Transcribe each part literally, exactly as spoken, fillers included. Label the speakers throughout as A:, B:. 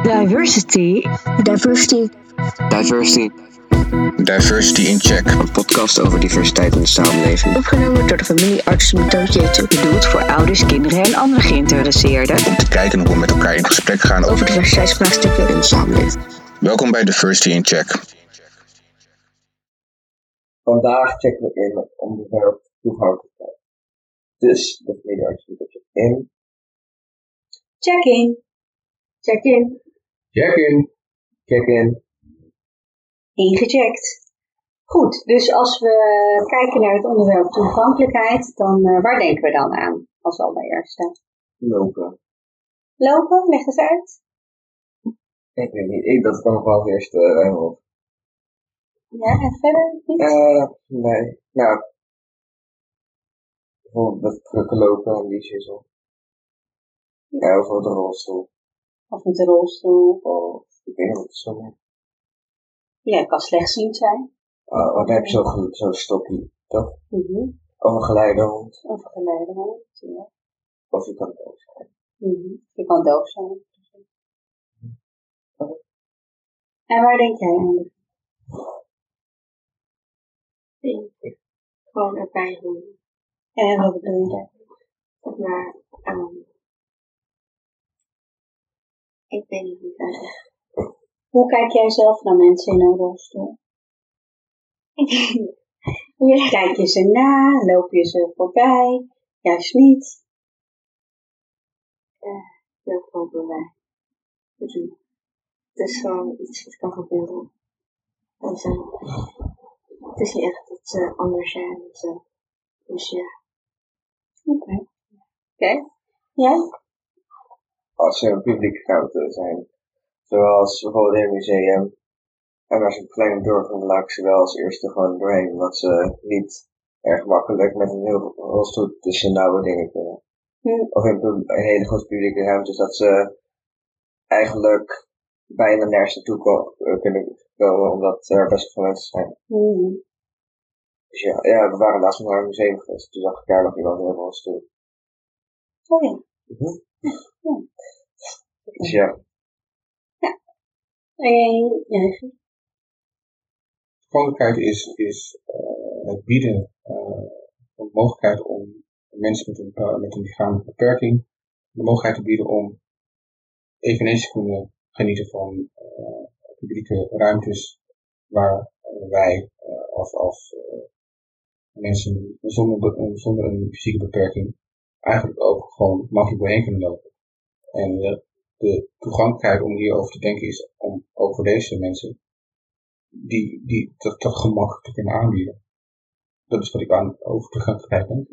A: Diversity.
B: Diversity.
C: Diversity.
D: Diversity in Check.
C: Een podcast over diversiteit in de samenleving.
B: Opgenomen door de familie Artsenmethode Jeetje.
A: Bedoeld voor ouders, kinderen en andere geïnteresseerden.
D: Om te kijken hoe we met elkaar in gesprek gaan over
B: diversiteitsvraagstukken
C: in de samenleving.
D: Welkom bij Diversity in Check.
E: Vandaag checken we in het onderwerp toegankelijkheid. Dus de familie Artsenmethode in.
B: Check in. Check in.
E: Check in. Check in.
B: Ingecheckt. Goed, dus als we kijken naar het onderwerp toegankelijkheid, dan uh, waar denken we dan aan als allereerste?
E: Lopen.
B: Lopen? Leg eens uit.
E: Ik weet niet, ik, dat kwam nog wel als eerste uh, op.
B: Ja, en verder niet?
E: Uh, nee, nou. Bijvoorbeeld met drukken lopen en die shizzle. Ja, of met een rolstoel.
B: Of met een rolstoel.
E: Of, ik weet niet wat het zo is.
B: Ja, kan slechtziend zijn.
E: Oh, dan heb je zo'n zo stokje, toch?
B: Mm-hmm.
E: Of een geleiderhond.
B: Of een geleiderhond, ja.
E: Of je kan doof zijn.
B: Mm-hmm. Je kan doof zijn. Okay. En waar denk jij aan?
F: Denk ik. Gewoon erbij horen.
B: En wat bedoel je daar?
F: Zeg maar, um, ik weet niet hoe het uitleggen.
B: Hoe kijk jij zelf naar mensen in een rolstoel? Kijk je ze na? Loop je ze voorbij? Juist niet?
F: Ja, heel veel voorbij. Het is gewoon iets wat kan gebeuren. En zo. Het is niet echt dat ze anders zijn. Zo. Dus ja.
B: Oké. Okay. Oké. Okay. Jij?
E: Als ze een publieke ruimte zijn. Zoals bijvoorbeeld in een museum. En als je een kleine dorp dan laat ik ze wel als eerste gewoon doorheen. Omdat ze niet erg makkelijk met een heel rolstoel tussen nauwe dingen kunnen.
B: Hmm.
E: Of in een hele grote publieke ruimte. Dat ze eigenlijk bijna nergens naartoe ko- kunnen komen. Omdat er best wel veel mensen zijn.
B: Hmm.
E: Dus ja, ja, we waren laatst nog naar een museum geweest. Toen zag ik daar nog iemand in een rolstoel.
B: Oh ja.
E: Mm-hmm.
B: Ja.
E: Dus ja.
B: En jij?
G: Toegankelijkheid is, is uh, het bieden uh, van de mogelijkheid om mensen met een, uh, met een lichamelijke beperking de mogelijkheid te bieden om eveneens te kunnen genieten van uh, publieke ruimtes waar uh, wij uh, als, als uh, mensen zonder, zonder een fysieke beperking eigenlijk ook gewoon makkelijk doorheen kunnen lopen. En uh, de toegankelijkheid om hierover te denken is om ook voor deze mensen die, die dat, dat gemak te kunnen aanbieden. Dat is wat ik aan over toegankelijkheid denk.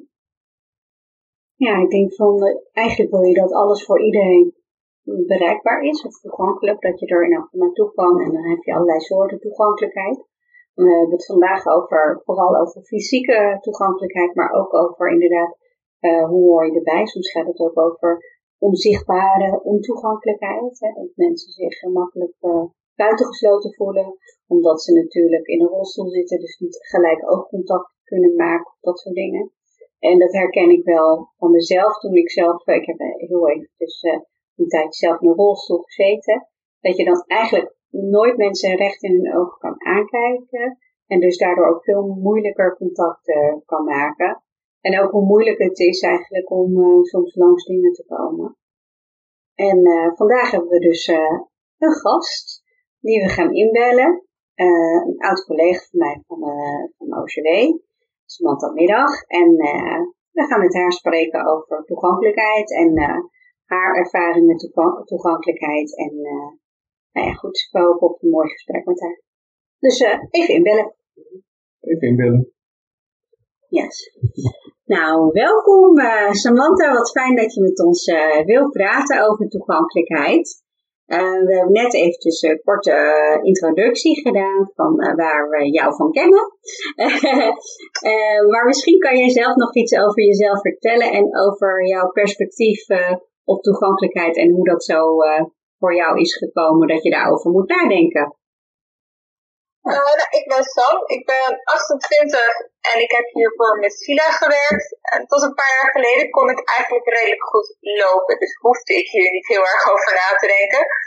B: Ja, ik denk van, uh, eigenlijk wil je dat alles voor iedereen bereikbaar is, of toegankelijk, dat je er in elk geval naartoe kan, en dan heb je allerlei soorten toegankelijkheid. We hebben het vandaag over, vooral over fysieke toegankelijkheid, maar ook over inderdaad, uh, hoe hoor je erbij? Soms gaat het ook over onzichtbare ontoegankelijkheid, hè, dat mensen zich gemakkelijk uh, buitengesloten voelen, omdat ze natuurlijk in een rolstoel zitten, dus niet gelijk oogcontact kunnen maken, dat soort dingen. En dat herken ik wel van mezelf, toen ik zelf, ik heb heel even dus, uh, een tijdje zelf in een rolstoel gezeten, dat je dan eigenlijk nooit mensen recht in hun ogen kan aankijken, en dus daardoor ook veel moeilijker contact uh, kan maken. En ook hoe moeilijk het is eigenlijk om uh, soms langs dingen te komen. En uh, vandaag hebben we dus uh, een gast die we gaan inbellen. Uh, een oud collega van mij van, uh, van O C W, Samantha Middag. En uh, we gaan met haar spreken over toegankelijkheid en uh, haar ervaring met toegang- toegankelijkheid. En uh, nou ja, goed, we hopen op een mooi gesprek met haar. Dus uh, even inbellen.
G: Even inbellen.
B: Yes. Nou, welkom uh, Samantha, wat fijn dat je met ons uh, wil praten over toegankelijkheid. Uh, we hebben net eventjes een korte uh, introductie gedaan van uh, waar we jou van kennen. uh, maar misschien kan jij zelf nog iets over jezelf vertellen en over jouw perspectief uh, op toegankelijkheid en hoe dat zo uh, voor jou is gekomen dat je daarover moet nadenken.
H: Uh, nou, ik ben Sam, ik ben achtentwintig en ik heb hiervoor met Sila gewerkt. En tot een paar jaar geleden kon ik eigenlijk redelijk goed lopen, dus hoefde ik hier niet heel erg over na te denken.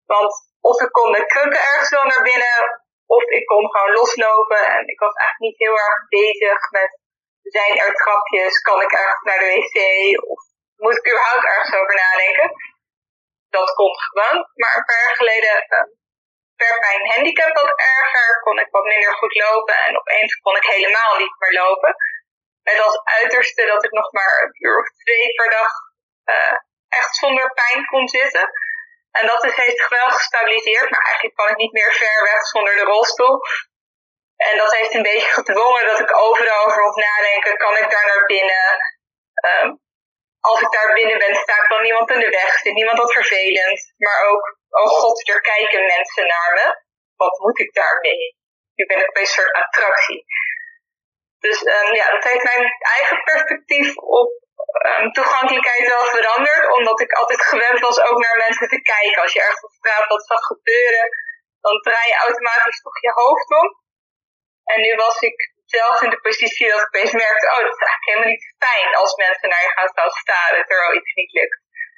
H: Want of ik kon de krukken ergens wel naar binnen, of ik kon gewoon loslopen. En ik was eigenlijk niet heel erg bezig met, zijn er trapjes, kan ik ergens naar de wc, of moet ik überhaupt ergens over nadenken. Dat kon gewoon. Maar een paar jaar geleden uh, werd mijn handicap wat erger, kon ik wat minder goed lopen en opeens kon ik helemaal niet meer lopen. Met als uiterste dat ik nog maar een uur of twee per dag uh, echt zonder pijn kon zitten. En dat is, heeft zich wel gestabiliseerd, maar eigenlijk kan ik niet meer ver weg zonder de rolstoel. En dat heeft een beetje gedwongen dat ik overal over moet nadenken, kan ik daar naar binnen? Um, als ik daar binnen ben, sta ik dan niemand in de weg, zit niemand wat vervelend. Maar ook, oh god, er kijken mensen naar me. Wat moet ik daarmee? Nu ben ik bij een soort attractie. Dus um, ja, dat heeft mijn eigen perspectief op um, toegankelijkheid wel veranderd. Omdat ik altijd gewend was ook naar mensen te kijken. Als je ergens op straat wat zag gebeuren, dan draai je automatisch toch je hoofd om. En nu was ik zelf in de positie dat ik opeens merkte, oh, dat is eigenlijk helemaal niet fijn als mensen naar je gaan staan staren terwijl iets niet lukt.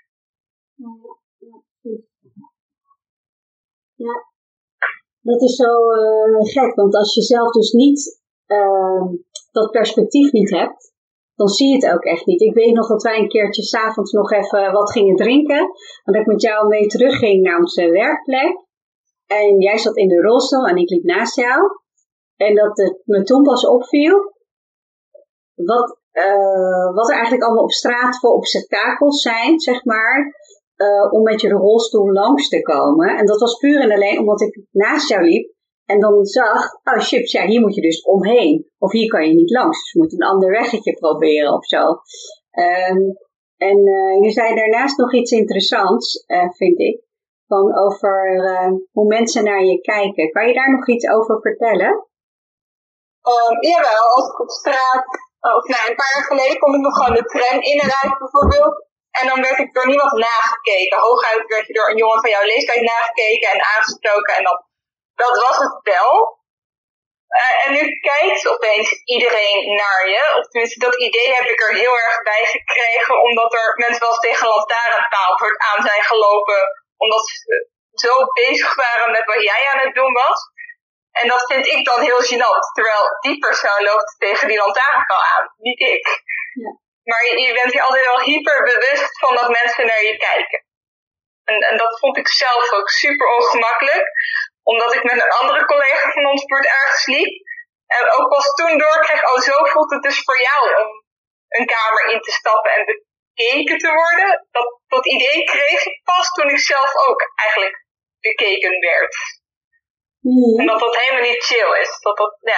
B: Ja, dat is zo uh, gek, want als je zelf dus niet uh, dat perspectief niet hebt, dan zie je het ook echt niet. Ik weet nog dat wij een keertje 's avonds nog even wat gingen drinken, en dat ik met jou mee terugging naar onze werkplek. En jij zat in de rolstoel en ik liep naast jou. En dat het me toen pas opviel wat, uh, wat er eigenlijk allemaal op straat voor obstakels zijn, zeg maar, uh, om met je rolstoel langs te komen. En dat was puur en alleen omdat ik naast jou liep en dan zag, oh chips, ja, hier moet je dus omheen. Of hier kan je niet langs, dus je moet een ander weggetje proberen of zo. Um, en uh, je zei daarnaast nog iets interessants, uh, vind ik, van over uh, hoe mensen naar je kijken. Kan je daar nog iets over vertellen?
H: Um, jawel, als ik op straat, of nou, een paar jaar geleden kon ik nog gewoon de tram inrijden bijvoorbeeld. En dan werd ik door niemand nagekeken. Hooguit werd je door een jongen van jouw leeftijd nagekeken en aangesproken. En dan, dat was het wel. Uh, en nu kijkt opeens iedereen naar je. Of tenminste, dat idee heb ik er heel erg bij gekregen. Omdat er mensen wel eens tegen een lantaarnpaal voor het aan zijn gelopen. Omdat ze zo bezig waren met wat jij aan het doen was. En dat vind ik dan heel gênant. Terwijl die persoon loopt tegen die lantaarnpaal aan. Niet ik.
B: Ja.
H: Maar je, je bent je altijd wel hyper bewust van dat mensen naar je kijken. En, en dat vond ik zelf ook super ongemakkelijk. Omdat ik met een andere collega van ons voor het ergens liep. En ook pas toen doorkreeg, oh zo voelt het dus voor jou om een kamer in te stappen en bekeken te worden. Dat, dat idee kreeg ik pas toen ik zelf ook eigenlijk bekeken werd.
B: Mm.
H: En dat dat helemaal niet chill is. Dat dat, ja.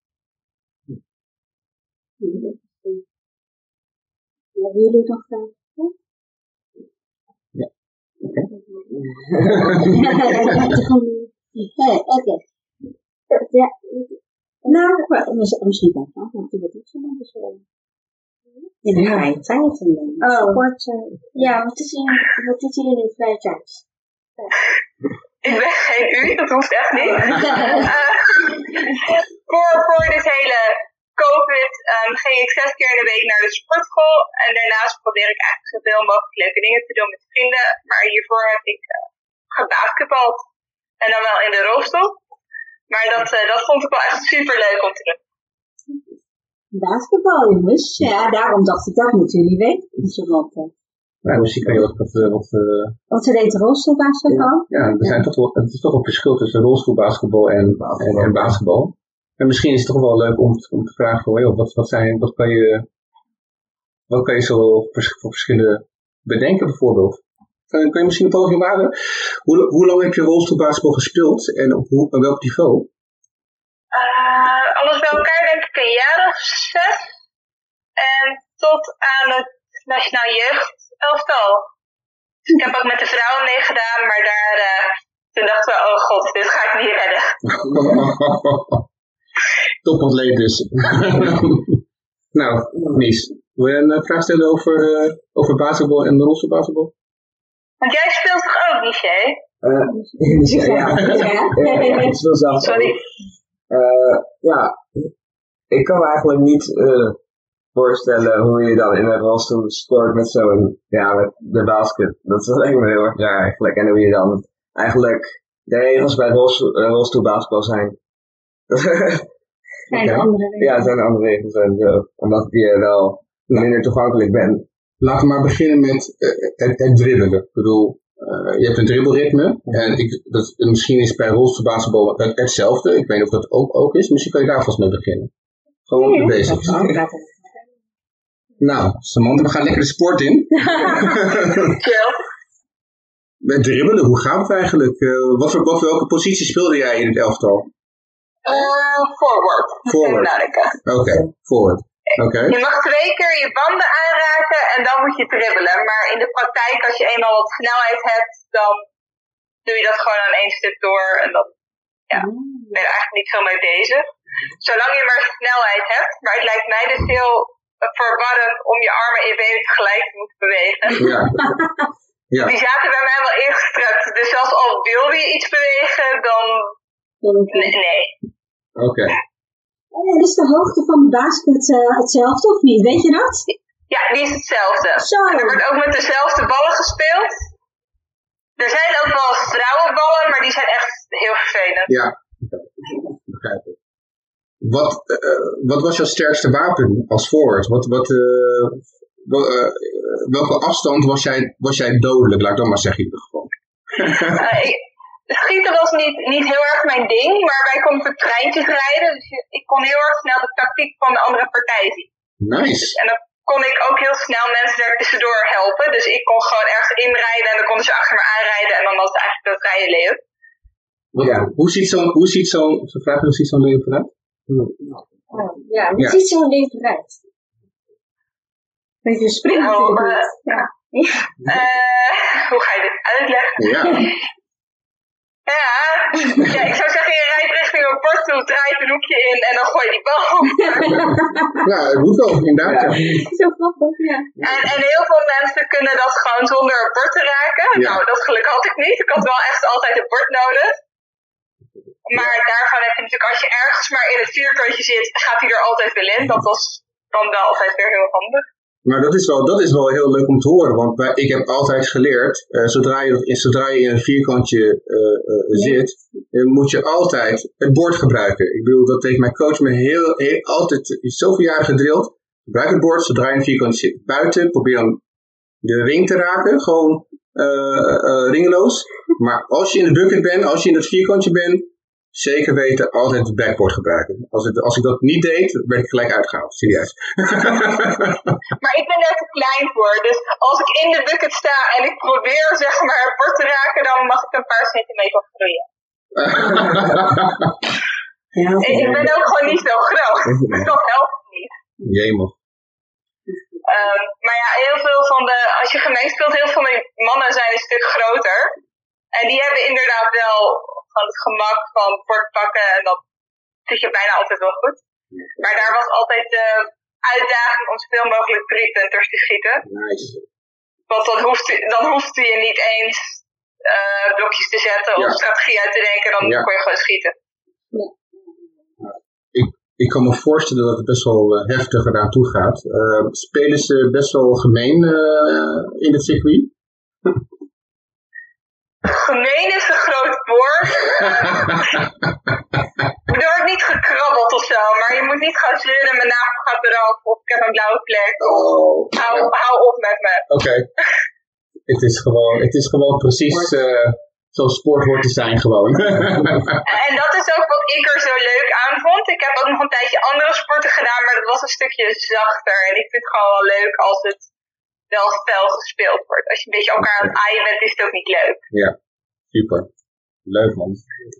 B: Hebben jullie nog vragen?
G: Ja.
B: Nee, oké. Ja. Nou, misschien kan ik nog wat iets doen. In de vrije tijd.
F: Oh, kort. Ja, wat is, wat is jullie in de vrije tijd?
H: Ik ben geen u, dat hoeft echt niet. uh, voor, voor dit hele COVID um, ging ik zes keer in de week naar de sportschool. En daarnaast probeer ik eigenlijk zoveel mogelijk leuke dingen te doen met vrienden. Maar hiervoor heb ik uh, gebasketbald. En dan wel in de rolstoel. Maar dat, uh, dat vond ik wel echt super leuk om te doen.
B: Basketbal, jongens. Ja, daarom dacht ik, dat moeten jullie weten. Want, uh,
G: Ja, misschien kan je wat... wat, wat uh,
B: Want ze deed rolstoelbasketbal.
G: Ja, ja, er zijn toch wel, het is toch een verschil tussen rolstoelbasketbal en, en, en basketbal. En misschien is het toch wel leuk om, om te vragen van, joh, wat, wat, zijn, wat, kan je, wat kan je zo voor verschillen bedenken bijvoorbeeld? Kan, kan je misschien een poging wagen? Hoe, hoe lang heb je rolstoelbasketbal gespeeld en op, hoe, op welk niveau?
H: Uh, alles bij elkaar denk ik een jaar of zes. En tot aan het nationaal jeugdelftal. Dus ik heb ook met de vrouwen meegedaan, maar daar uh, toen dachten we, oh god, dit ga ik niet redden.
G: Topatleet dus. Nou, Mies, wil je een vraag stellen over, uh, over basketbal en rolstoelbasketbal?
H: Want jij speelt toch ook, Miché?
E: Uh, ja, ja, ja, ik speel zelf.
H: Sorry.
E: Uh, ja, ik kan me eigenlijk niet uh, voorstellen hoe je dan in een rolstoel scoort met zo'n, ja, met de basket. Dat lijkt me heel erg raar eigenlijk. En hoe je dan eigenlijk de regels bij rolstoel, uh, rolstoelbasketbal zijn.
B: Zijn
G: Ja.
B: andere regels.
E: Ja, het zijn andere regels en zo. Omdat je uh, wel minder toegankelijk bent.
G: Laten we maar beginnen met uh, het, het dribbelen. Ik bedoel, uh, je hebt een dribbelritme. En ik, dat, misschien is bij rolstoelbasketbal het, hetzelfde. Ik weet niet of dat ook, ook is. Misschien kan je daar vast mee beginnen. Gewoon de basics. Nou, Samantha, we gaan lekker de sport in. Met dribbelen, hoe gaat het eigenlijk? Uh, wat voor, wat, welke positie speelde jij in het elftal?
H: Uh, forward.
G: Forward. Oké, okay, forward. Okay.
H: Je mag twee keer je banden aanraken en dan moet je dribbelen. Maar in de praktijk, als je eenmaal wat snelheid hebt, dan doe je dat gewoon aan één stuk door. En dan ja, ben je eigenlijk niet veel mee bezig. Zolang je maar snelheid hebt. Maar het lijkt mij dus heel verwarrend om je armen en je benen tegelijk te moeten bewegen.
G: Ja. Ja.
H: Die zaten bij mij wel ingestrukt. Dus zelfs al wilde je iets bewegen, dan... Nee. nee.
G: Oké. Okay.
I: En is de hoogte van de basket uh, hetzelfde of niet? Weet je dat?
H: Ja, die is hetzelfde.
I: Zo.
H: En er wordt ook met dezelfde ballen gespeeld. Er zijn ook wel vrouwenballen, maar die zijn echt heel vervelend.
G: Ja, begrijp ik. Wat, uh, wat was jouw sterkste wapen als forward? Wat, wat, uh, wel, uh, welke afstand was jij, was jij dodelijk? Laat ik dan maar zeggen in ieder geval.
H: uh, ik, Schieten was niet, niet heel erg mijn ding, maar wij konden voor treintjes rijden. Dus ik kon heel erg snel de tactiek van de andere partij zien.
G: Nice.
H: En dan kon ik ook heel snel mensen daar tussendoor helpen. Dus ik kon gewoon ergens inrijden en dan konden ze achter me aanrijden. En dan was het eigenlijk dat vrije leeuw.
G: Ja. Hoe ziet zo'n, hoe ziet zo'n, zo vraag je, hoe ziet zo'n leeuw eruit?
I: Oh, ja, hoe
G: ja.
I: ziet zo'n leeuw eruit?
B: Beetje springen
H: oh,
B: natuurlijk
H: uh,
B: niet. Ja.
H: Uh, hoe ga je dit uitleggen?
G: Ja.
H: Ja, ja, ik zou zeggen, je rijdt richting een bord toe, draait een hoekje in en dan gooi je die bal.
G: Ja, het moet wel, inderdaad. Ja.
B: Zo grappig, ja.
H: En, en heel veel mensen kunnen dat gewoon zonder een bord te raken. Ja. Nou, dat geluk had ik niet. Ik had wel echt altijd een bord nodig. Maar daarvan heb je natuurlijk, als je ergens maar in het vierkantje zit, gaat hij er altijd wel in. Dat was dan wel altijd weer heel handig.
G: Maar dat is, wel, dat is wel heel leuk om te horen, want bij, ik heb altijd geleerd, uh, zodra, je, zodra je in een vierkantje uh, uh, zit, uh, moet je altijd het bord gebruiken. Ik bedoel, dat heeft mijn coach me heel, heel altijd zoveel jaren gedrild. Gebruik het bord zodra je in een vierkantje zit. Buiten, probeer dan de ring te raken, gewoon uh, uh, ringeloos. Maar als je in de bucket bent, als je in het vierkantje bent, zeker weten, altijd het backboard gebruiken. Als, het, als ik dat niet deed, werd ik gelijk uitgehaald. Serieus.
H: Maar ik ben daar te klein voor. Dus als ik in de bucket sta en ik probeer zeg maar het bord te raken, dan mag ik een paar centimeter groeien.
I: Ja,
H: ik, ik ben ook gewoon niet zo groot. Dat helpt niet.
G: Jemig.
H: Um, maar ja, heel veel van de, als je gemengd speelt, heel veel van die mannen zijn een stuk groter. En die hebben inderdaad wel van het gemak van bord pakken en dat zit je bijna altijd wel goed. Maar daar was altijd de uitdaging om zoveel mogelijk driepunters te schieten.
G: Nice.
H: Want dan hoeft, dan hoeft je niet eens uh, blokjes te zetten of ja. strategie uit te denken, dan ja. kon je gewoon schieten.
I: Ja.
G: Ik, ik kan me voorstellen dat het best wel uh, heftig eraan toe gaat. Uh, spelen ze best wel gemeen uh, in het circuit?
H: Gemeen is een groot woord. Er wordt niet gekrabbeld of zo, maar je moet niet gaan zeuren, mijn nagel gaat eraf of ik heb een blauwe plek.
G: Oh,
H: hou,
G: ja.
H: hou op met me.
G: Oké. Okay. Het is gewoon, het is gewoon precies uh, zoals sport hoort te zijn gewoon.
H: En dat is ook wat ik er zo leuk aan vond. Ik heb ook nog een tijdje andere sporten gedaan, maar dat was een stukje zachter. En ik vind het gewoon wel leuk als het wel fel gespeeld wordt. Als je een beetje elkaar aan het aaien bent, is het ook niet leuk.
G: Ja, super. Leuk man.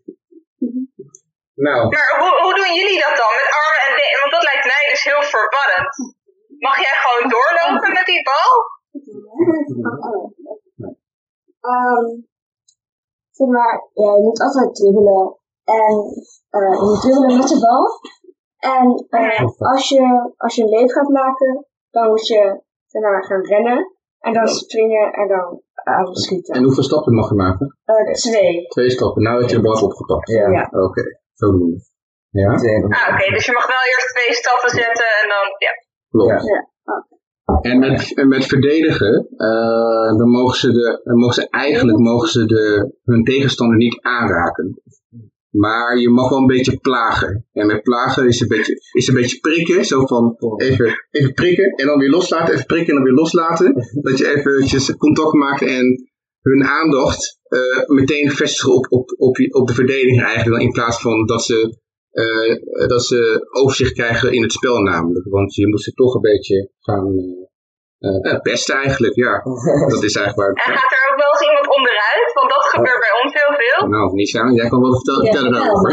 G: Nou.
H: Maar hoe, hoe doen jullie dat dan? Met armen en benen? Want dat lijkt mij dus heel verwarrend. Mag jij gewoon doorlopen met die bal?
I: Um, zeg maar, ja, je moet altijd dribbelen. En uh, je moet dribbelen met de bal. En uh, als, je, als je een leef gaat maken, dan moet je zeg maar, gaan rennen. En dan springen en dan uh, schieten.
G: En hoeveel stappen mag je maken?
I: Uh, twee.
G: Twee stappen. Nou heb je de bal opgepakt.
I: Ja. ja.
G: Oké, okay. Zo doen we. Ja?
H: Ah, oké. Okay. Dus je mag wel eerst twee stappen zetten en dan, ja.
G: Klopt.
I: Ja. Okay.
G: En met, en met verdedigen, uh, dan mogen ze, de, dan mogen ze eigenlijk mogen ze de, hun tegenstander niet aanraken. Maar je mag wel een beetje plagen. En met plagen is een beetje, is een beetje prikken. Zo van even, even prikken en dan weer loslaten. Even prikken en dan weer loslaten. Dat je eventjes contact maakt en hun aandacht uh, meteen vestigen op, op, op, op de verdediger eigenlijk. Dan in plaats van dat ze, uh, dat ze overzicht krijgen in het spel namelijk. Want je moet ze toch een beetje gaan uh, uh, pesten eigenlijk. Ja, dat is eigenlijk waar.
H: En gaat er ook wel eens iemand onderuit? Want dat gebeurt bij ons heel veel.
G: Nou, niet zo. Jij kan wel vertellen,
B: Ja,
G: vertellen daarover.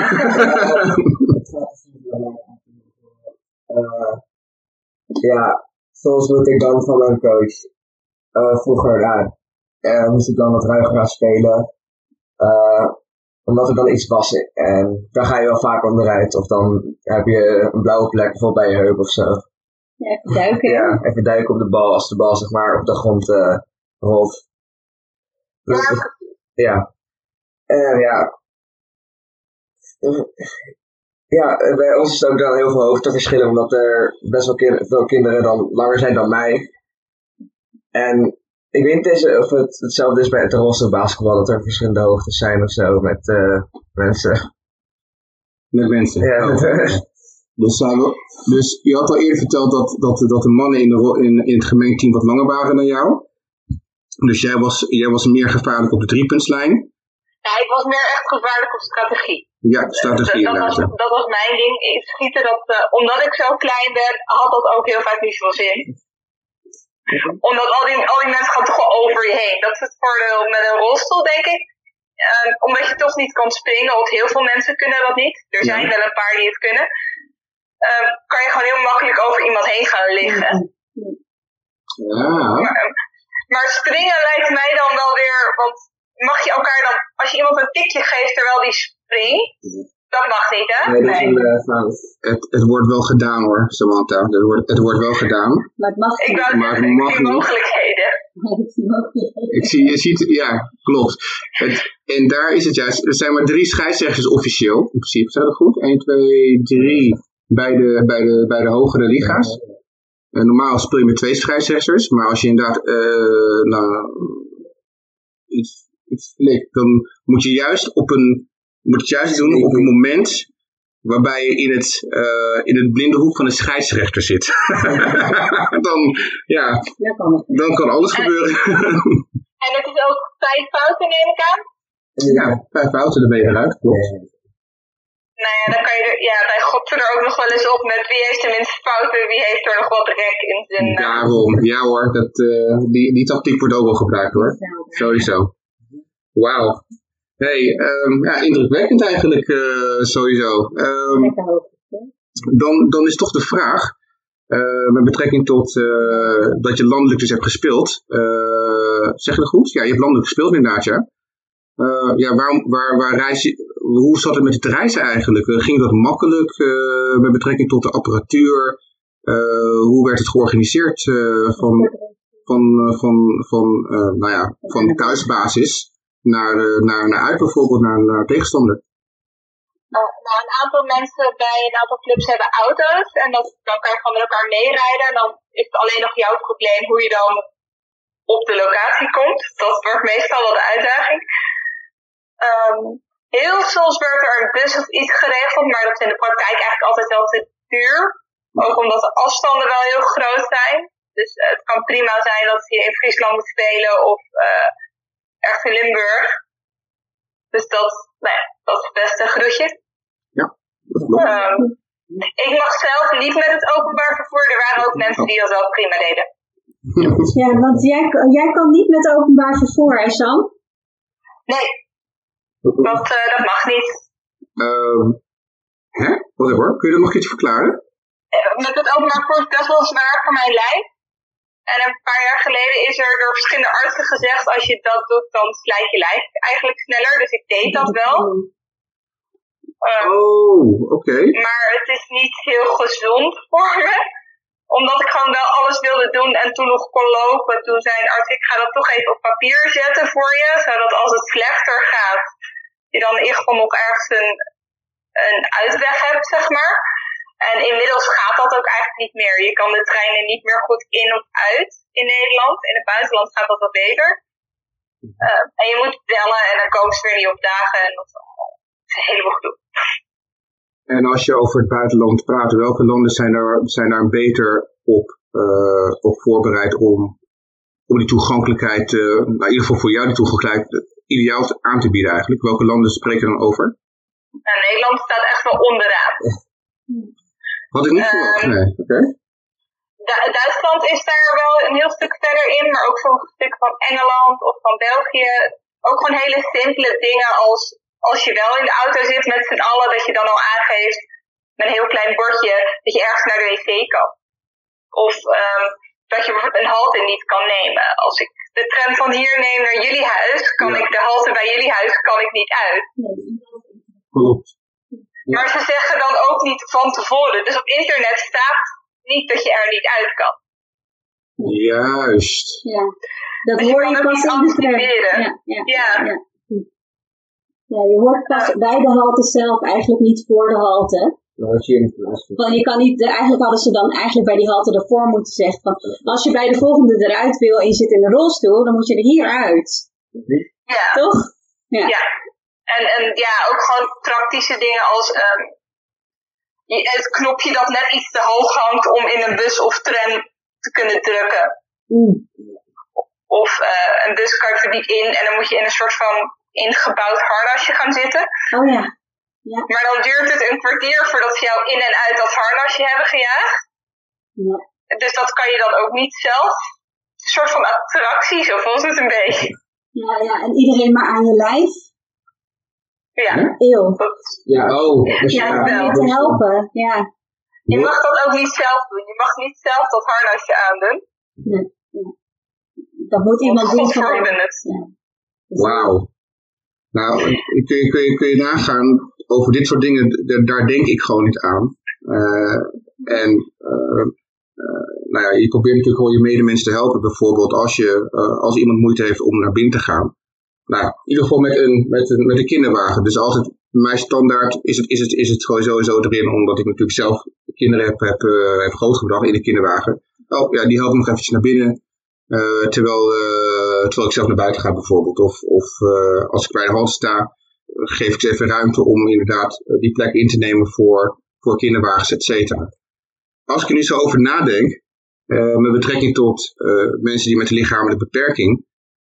E: uh, ja, soms moet ik dan van mijn coach. Uh, vroeger ja, uh, moest ik dan wat ruiger gaan spelen. Uh, omdat er dan iets was. En daar ga je wel vaak onderuit. Of dan heb je een blauwe plek bijvoorbeeld bij je heup of zo.
B: Ja, even duiken.
E: Ja, even duiken op de bal als de bal zeg maar op de grond uh, rolt. Dus, ja. En ja. Ja, bij ons is het ook dan heel veel hoogteverschillen, omdat er best wel kind- veel kinderen dan langer zijn dan mij. En ik weet niet eens of het hetzelfde is bij het rosse basketbal, dat er verschillende hoogtes zijn of zo met uh, mensen.
G: Met mensen?
E: Ja.
G: Oh. Dus, uh, dus je had al eerder verteld dat, dat, dat de mannen in, de, in, in het gemengd team wat langer waren dan jou. Dus jij was, jij was meer gevaarlijk op de driepuntslijn?
H: Ja, ik was meer echt gevaarlijk op strategie.
G: Ja, strategie
H: dat, dat, was, dat was mijn ding. Schieten, dat, uh, omdat ik zo klein ben, had dat ook heel vaak niet veel zin. Omdat al die, al die mensen gaan toch wel over je heen. Dat is het voordeel met een rolstoel, denk ik. Um, omdat je toch niet kan springen, want heel veel mensen kunnen dat niet. Er zijn ja. wel een paar die het kunnen. Um, kan je gewoon heel makkelijk over iemand heen gaan liggen.
G: Ja.
H: Maar, maar springen lijkt mij dan wel weer, want mag je elkaar dan, als je iemand een tikje geeft terwijl die springt, dat mag niet, hè?
E: Nee, dat is een uh, fout.
G: Het, het wordt wel gedaan hoor, Samantha. Het wordt, het wordt wel gedaan.
B: Maar het mag niet.
H: Ik wou
G: maar
H: zeggen,
G: het mag
H: ik zie
G: niet.
H: mogelijkheden.
G: Ik zie, je ziet, ja, klopt. Het, en daar is het juist, er zijn maar drie scheidsrechters officieel, in principe, zijn dat goed? één, twee, drie bij de, bij de, bij de hogere liga's. Uh, normaal speel je met twee scheidsrechters, maar als je inderdaad uh, nou, iets, iets flikt, dan moet je juist op een, moet het juist doen op een moment waarbij je in het, uh, in het blinde hoek van de scheidsrechter zit. dan, ja, dan kan alles gebeuren.
H: En het is ook vijf fouten, neem ik aan?
G: Ja, vijf fouten, dan ben je eruit, klopt.
H: Nou ja, dan kan je er, ja, wij gokten er ook nog wel eens op met wie heeft de minste fouten, wie heeft er nog wat rek in zijn... Uh...
G: Daarom, ja hoor, dat, uh, die, die tactiek wordt ook wel gebruikt hoor, sowieso. Wauw. Hey, um, ja, indrukwekkend eigenlijk, uh, sowieso. Um, dan, dan is toch de vraag, uh, met betrekking tot uh, dat je landelijk dus hebt gespeeld. Uh, zeg je dat goed? Ja, je hebt landelijk gespeeld inderdaad, ja. Uh, ja, waar, waar, waar reis je, hoe zat het met het reizen eigenlijk? Uh, ging dat makkelijk uh, met betrekking tot de apparatuur? Uh, hoe werd het georganiseerd uh, van, van, uh, van, van, uh, nou ja, van thuisbasis naar, uh, naar, naar uit bijvoorbeeld, naar, naar tegenstander?
H: Uh, nou, een aantal mensen bij een aantal clubs hebben auto's en dat, dan kan je gewoon met elkaar meerijden. En dan is het alleen nog jouw probleem hoe je dan op de locatie komt. Dat wordt meestal wel de uitdaging. Um, heel soms werd er een bus of iets geregeld, maar dat is in de praktijk eigenlijk altijd wel te duur. Ook omdat de afstanden wel heel groot zijn. Dus uh, het kan prima zijn dat je in Friesland moet spelen of uh, ergens in Limburg. Dus dat, nou ja, dat is best een gedoetje.
G: Ja, dat klopt.
H: Um, ik mag zelf niet met het openbaar vervoer. Er waren ook mensen die dat wel prima deden.
B: Ja, want jij, jij kan niet met openbaar vervoer, hè Sam?
H: Nee. Dat, uh, dat mag niet.
G: Um, hè? Wat hoor? Kun je dat nog een keertje verklaren?
H: Uh, met het openbaar vervoer is best wel zwaar voor mijn lijf. En een paar jaar geleden is er door verschillende artsen gezegd, als je dat doet, dan slijt je lijf eigenlijk sneller. Dus ik deed dat wel. Um,
G: oh, oké. Okay.
H: Maar het is niet heel gezond voor me. Omdat ik gewoon wel alles wilde doen en toen nog kon lopen. Toen zei een arts, ik ga dat toch even op papier zetten voor je. Zodat als het slechter gaat, je dan in ieder geval nog ergens een, een uitweg hebt, zeg maar. En inmiddels gaat dat ook eigenlijk niet meer. Je kan de treinen niet meer goed in of uit in Nederland. In het buitenland gaat dat wat beter. Uh, en je moet bellen en dan komen ze weer niet op dagen. En dat is allemaal een heleboel gedoe.
G: En als je over het buitenland praat, welke landen zijn daar, zijn daar beter op, uh, op voorbereid om, om die toegankelijkheid, uh, nou, in ieder geval voor jou die toegankelijkheid, ideaal aan te bieden eigenlijk? Welke landen spreken dan over?
H: Nou, Nederland staat echt wel onderaan.
G: Had ik niet verwacht,
H: um,
G: nee. Oké.
H: Du- Duitsland is daar wel een heel stuk verder in, maar ook sommige stukken van Engeland of van België. Ook gewoon hele simpele dingen als, als je wel in de auto zit met z'n allen, dat je dan al aangeeft met een heel klein bordje dat je ergens naar de wc kan. Of um, dat je bijvoorbeeld een halte niet kan nemen. Als ik de tram van hier neem naar jullie huis, kan ja. ik de halte bij jullie huis kan ik niet uit.
G: Klopt. Ja.
H: Maar ze zeggen dan ook niet van tevoren. Dus op internet staat niet dat je er niet uit kan.
G: Juist.
B: Ja, dat
H: dus
B: hoor
H: je,
B: je pas in de tram. Ja, ja,
H: ja.
B: ja. ja. Ja, je hoort pas ja. bij de halte zelf, eigenlijk niet voor de halte. Want je kan niet, eigenlijk hadden ze dan eigenlijk bij die halte ervoor moeten zeggen van, als je bij de volgende eruit wil en je zit in een rolstoel, dan moet je er hier uit.
H: Ja.
B: Toch? Ja.
H: ja. En, en ja, ook gewoon praktische dingen als um, het knopje dat net iets te hoog hangt om in een bus of tram te kunnen drukken.
B: Mm.
H: Of uh, een bus kan je niet in en dan moet je in een soort van ingebouwd harnasje gaan zitten.
B: Oh ja. Ja.
H: Maar dan duurt het een kwartier voordat ze jou in en uit dat harnasje hebben gejaagd.
B: Ja.
H: Dus dat kan je dan ook niet zelf. Een soort van attractie, zo voelt het een beetje.
B: Ja, ja, en iedereen maar aan je lijf.
H: Ja.
B: Eeuw.
G: Ja, oh.
B: Ja, om je te helpen. Ja.
H: Je mag dat ook niet zelf doen. Je mag niet zelf dat harnasje aandoen.
B: Nee. Ja. Dat moet iemand doen.
H: God het.
B: Ja.
G: Wauw. Nou, kun je, kun, je, kun je nagaan, over dit soort dingen, d- daar denk ik gewoon niet aan. Uh, en uh, uh, nou ja, je probeert natuurlijk gewoon je medemens te helpen. Bijvoorbeeld als, je, uh, als iemand moeite heeft om naar binnen te gaan. Nou, in ieder geval met een, met een, met een kinderwagen. Dus altijd, mijn standaard is het, is, het, is het gewoon sowieso erin, omdat ik natuurlijk zelf kinderen heb, heb, uh, heb grootgebracht in de kinderwagen. Oh ja, die helpen nog eventjes naar binnen. Uh, terwijl, uh, terwijl ik zelf naar buiten ga bijvoorbeeld. Of, of uh, als ik bij de halte sta, geef ik ze even ruimte om inderdaad uh, die plek in te nemen voor, voor kinderwagens, et cetera. Als ik er nu zo over nadenk, uh, met betrekking tot uh, mensen die met een lichamelijke beperking,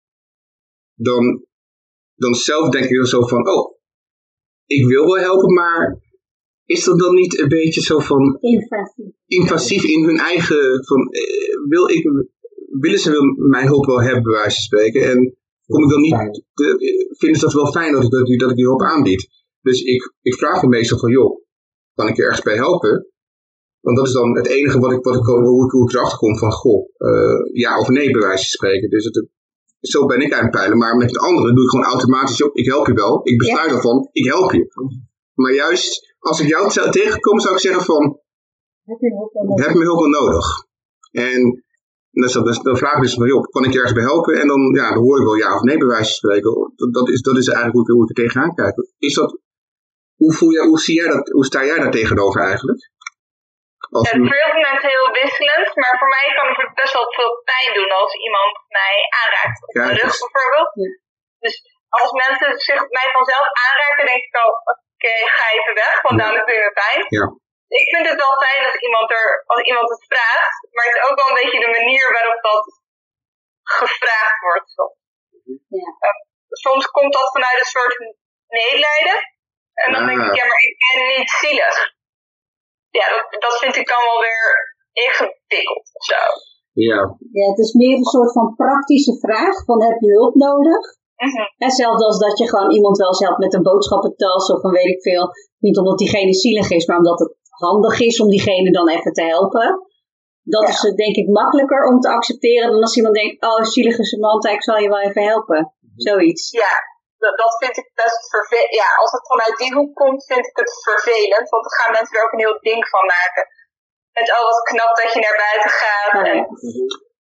G: dan, dan zelf denk ik dan zo van, oh, ik wil wel helpen, maar is dat dan niet een beetje zo van
B: invasief,
G: invasief in hun eigen, van, uh, wil ik... willen ze mijn hulp wel hebben, bij wijze van spreken. En kom ik dan niet te, vinden ze dat wel fijn dat ik, dat, dat ik die hulp aanbied. Dus ik, ik vraag me meestal van, joh, kan ik je ergens bij helpen? Want dat is dan het enige wat ik, wat ik, hoe, ik, hoe ik erachter kom van, goh, uh, ja of nee, bij wijze van spreken. Dus het, het, zo ben ik aan het peilen. Maar met het andere doe ik gewoon automatisch, joh, ik help je wel. Ik besluit ervan, ik help je. Maar juist, als ik jou tegenkom, zou ik zeggen van,
B: heb je hulp wel nodig?
G: Heb je hulp wel nodig? En Dus dat, dus, dan vraag ik dus van, joh, kan ik je ergens bij helpen? En dan, ja, dan hoor ik wel ja of nee bij wijze van spreken. Dat, dat, is, dat is eigenlijk hoe ik, hoe ik er tegenaan kijk. Is dat, hoe, voel jij, hoe, zie jij dat, hoe sta jij daar tegenover eigenlijk?
H: Als het is voor heel veel mensen heel wisselend, maar voor mij kan het best wel veel pijn doen als iemand mij aanraakt op de rug bijvoorbeeld. Ja. Dus als mensen zich mij vanzelf aanraken, denk ik al, oké, okay, ga even weg, want ja. dadelijk doe je me pijn.
G: Ja.
H: Ik vind het wel fijn als iemand, er, als iemand het vraagt, maar het is ook wel een beetje de manier waarop dat gevraagd wordt. Ja. Uh, soms komt dat vanuit een soort medelijden. En dan ah. denk ik, ja, maar ik ben niet zielig. Ja, dat, dat vind ik dan wel weer ingewikkeld of zo.
G: Ja.
B: Ja, het is meer een soort van praktische vraag van heb je hulp nodig?
H: Mm-hmm.
B: En zelfs als dat je gewoon iemand wel eens helpt met een boodschappentas of een weet ik veel. Niet omdat diegene zielig is, maar omdat het handig is om diegene dan even te helpen. Dat ja. is denk ik makkelijker om te accepteren dan als iemand denkt, oh, zielig is een man, ik zal je wel even helpen. Zoiets.
H: Ja, dat, dat vind ik best vervelend. Ja, als het vanuit die hoek komt, vind ik het vervelend. Want dan gaan mensen er ook een heel ding van maken. Met, oh, wat knap dat je naar buiten gaat.
G: Ja.
H: En,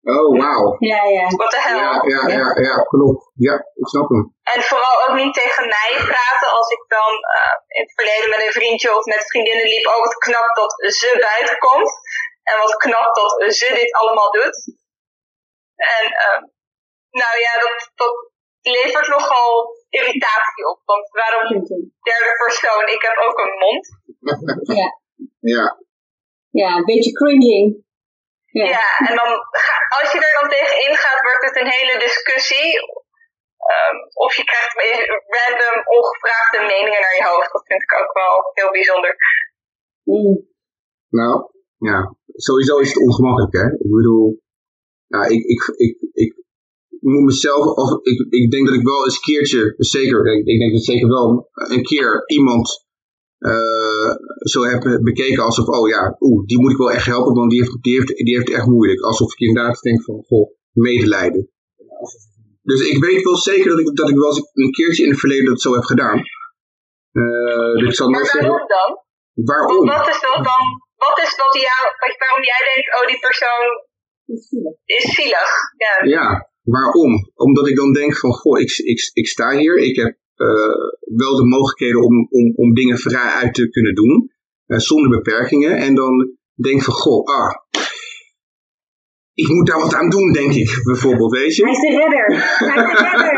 G: Oh, wauw.
B: Ja, ja.
H: Wat de hel.
G: Ja, ja, ja, ja, klopt. Ja, ik snap hem.
H: En vooral ook niet tegen mij praten als ik dan uh, in het verleden met een vriendje of met vriendinnen liep. Oh, wat knap dat ze buiten komt. En wat knap dat ze dit allemaal doet. En uh, nou ja, dat, dat levert nogal irritatie op. Want waarom derde persoon? Ik heb ook een mond.
B: Ja.
G: Ja.
B: Ja, een beetje cringing.
H: Ja, ja en dan, als je er dan tegen ingaat, wordt het een hele discussie. Um, of je krijgt random, ongevraagde meningen naar je hoofd. Dat vind ik ook wel heel bijzonder.
B: Mm.
G: Nou, ja. Sowieso is het ongemakkelijk, hè. Ik bedoel, ja, ik, ik, ik, ik moet mezelf, of ik, ik denk dat ik wel eens een keertje, zeker, ik, ik denk dat zeker wel een keer iemand uh, zo heb bekeken alsof, oh ja, oeh, die moet ik wel echt helpen, want die heeft, die heeft, die heeft het echt moeilijk. Alsof ik inderdaad denk van, goh, medelijden. Dus ik weet wel zeker dat ik, dat ik wel eens een keertje in het verleden dat zo heb gedaan. Uh, dus ik zal
H: maar waarom zeggen, dan?
G: Waarom?
H: Wat is dat dan? Wat is wat jou, waarom jij denkt, oh die persoon is zielig? Ja.
G: Ja, waarom? Omdat ik dan denk van, goh, ik, ik, ik sta hier, ik heb uh, wel de mogelijkheden om, om, om dingen vrij uit te kunnen doen, uh, zonder beperkingen. En dan denk van, goh, ah, ik moet daar wat aan doen, denk ik, bijvoorbeeld, weet je.
B: Hij is de redder. Hij is de redder.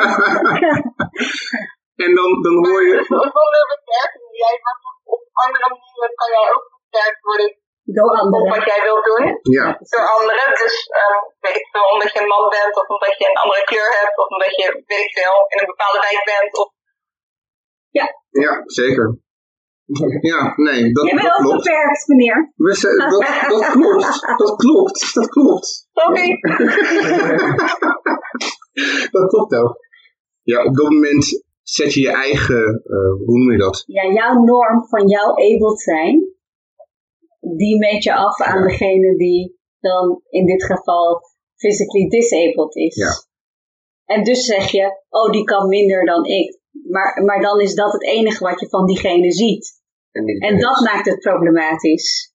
G: En dan, dan hoor je...
H: Zonder beperkingen, jij wordt op andere manieren, kan jij ook beperkt worden.
B: Door anderen.
H: Op wat jij wilt doen.
G: Ja.
H: Door anderen. Dus, um, weet ik veel, omdat je een man bent, of omdat je een andere kleur hebt, of omdat je, weet ik veel, in een bepaalde wijk bent. Of...
B: Ja.
G: Ja, zeker. Ja, nee, dat,
B: je bent
G: dat
B: ook
G: klopt.
B: beperkt, meneer.
G: Dat, dat klopt, dat klopt, dat klopt.
H: Sorry.
G: Dat klopt ook. Ja, op dat moment zet je je eigen, uh, hoe noem je dat?
B: Ja, jouw norm van jouw able zijn, die meet je af aan ja. degene die dan in dit geval physically disabled is.
G: Ja.
B: En dus zeg je, oh die kan minder dan ik. Maar, maar dan is dat het enige wat je van diegene ziet. En, en dat maakt het problematisch.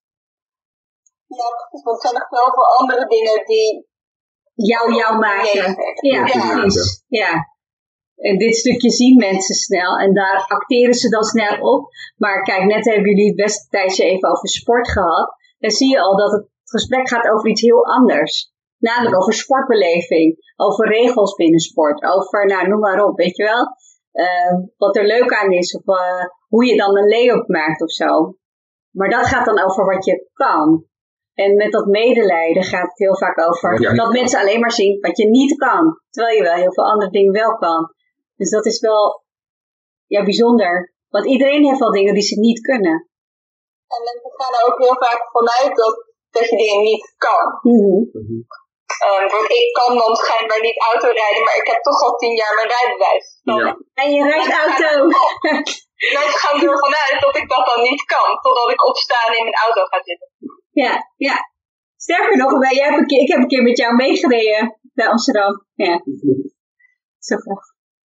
H: Ja, precies. Want er zijn nog wel veel andere dingen die...
B: Jou, jou maken. Ja,
H: ja,
B: precies. Ja. En dit stukje zien mensen snel. En daar acteren ze dan snel op. Maar kijk, net hebben jullie het beste tijdje even over sport gehad. Dan zie je al dat het gesprek gaat over iets heel anders. Namelijk over sportbeleving. Over regels binnen sport. Over, nou, noem maar op, weet je wel. Uh, wat er leuk aan is. Of uh, hoe je dan een lay-up maakt of zo. Maar dat gaat dan over wat je kan. En met dat medelijden gaat het heel vaak over ja, dat mensen alleen maar zien wat je niet kan. Terwijl je wel heel veel andere dingen wel kan. Dus dat is wel ja, bijzonder. Want iedereen heeft wel dingen die ze niet kunnen.
H: En mensen gaan er ook heel vaak vanuit dat, dat je dingen niet kan.
B: Mm-hmm.
H: Um, want ik kan dan schijnbaar niet autorijden, maar ik heb toch al tien jaar mijn rijbewijs.
G: Ja.
B: En je rijdt auto.
H: Mensen gaan ervan uit dat ik dat dan niet kan, totdat ik opstaan in mijn auto ga zitten.
B: Ja, ja. Sterker nog, jij hebt een keer, ik heb een keer met jou meegereden naar Amsterdam. Ja. Zo graag.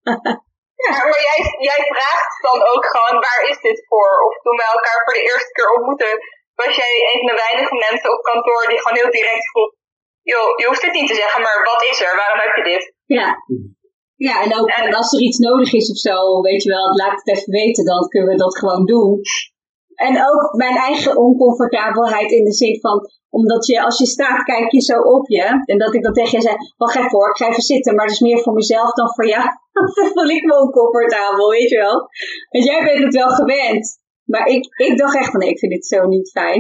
H: Ja, maar jij, jij vraagt dan ook gewoon, waar is dit voor? Of toen wij elkaar voor de eerste keer ontmoeten, was jij een van de weinige mensen op kantoor die gewoon heel direct vroeg, joh, je hoeft het niet te zeggen, maar wat is er? Waarom heb je dit?
B: Ja. Ja, en ook en, als er iets nodig is of zo, weet je wel, laat het even weten, dan kunnen we dat gewoon doen. En ook mijn eigen oncomfortabelheid in de zin van, omdat je, als je staat, kijk je zo op je. En dat ik dan tegen je zei, wacht even hoor, ik ga even zitten, maar dat is meer voor mezelf dan voor jou. Dan voel ik me oncomfortabel, weet je wel. Want jij bent het wel gewend. Maar ik, ik dacht echt van, nee, ik vind dit zo niet fijn.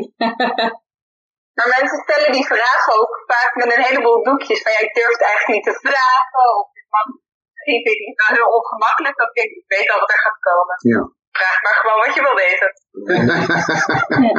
H: Maar mensen stellen die vragen ook vaak met een heleboel doekjes. Van ja, ik durf het eigenlijk niet te vragen. Of dit mag vind ik niet wel heel ongemakkelijk. Dat ik denk, ik weet al wat er gaat komen.
G: Ja.
H: Vraag maar gewoon wat je wil weten.
B: Ja,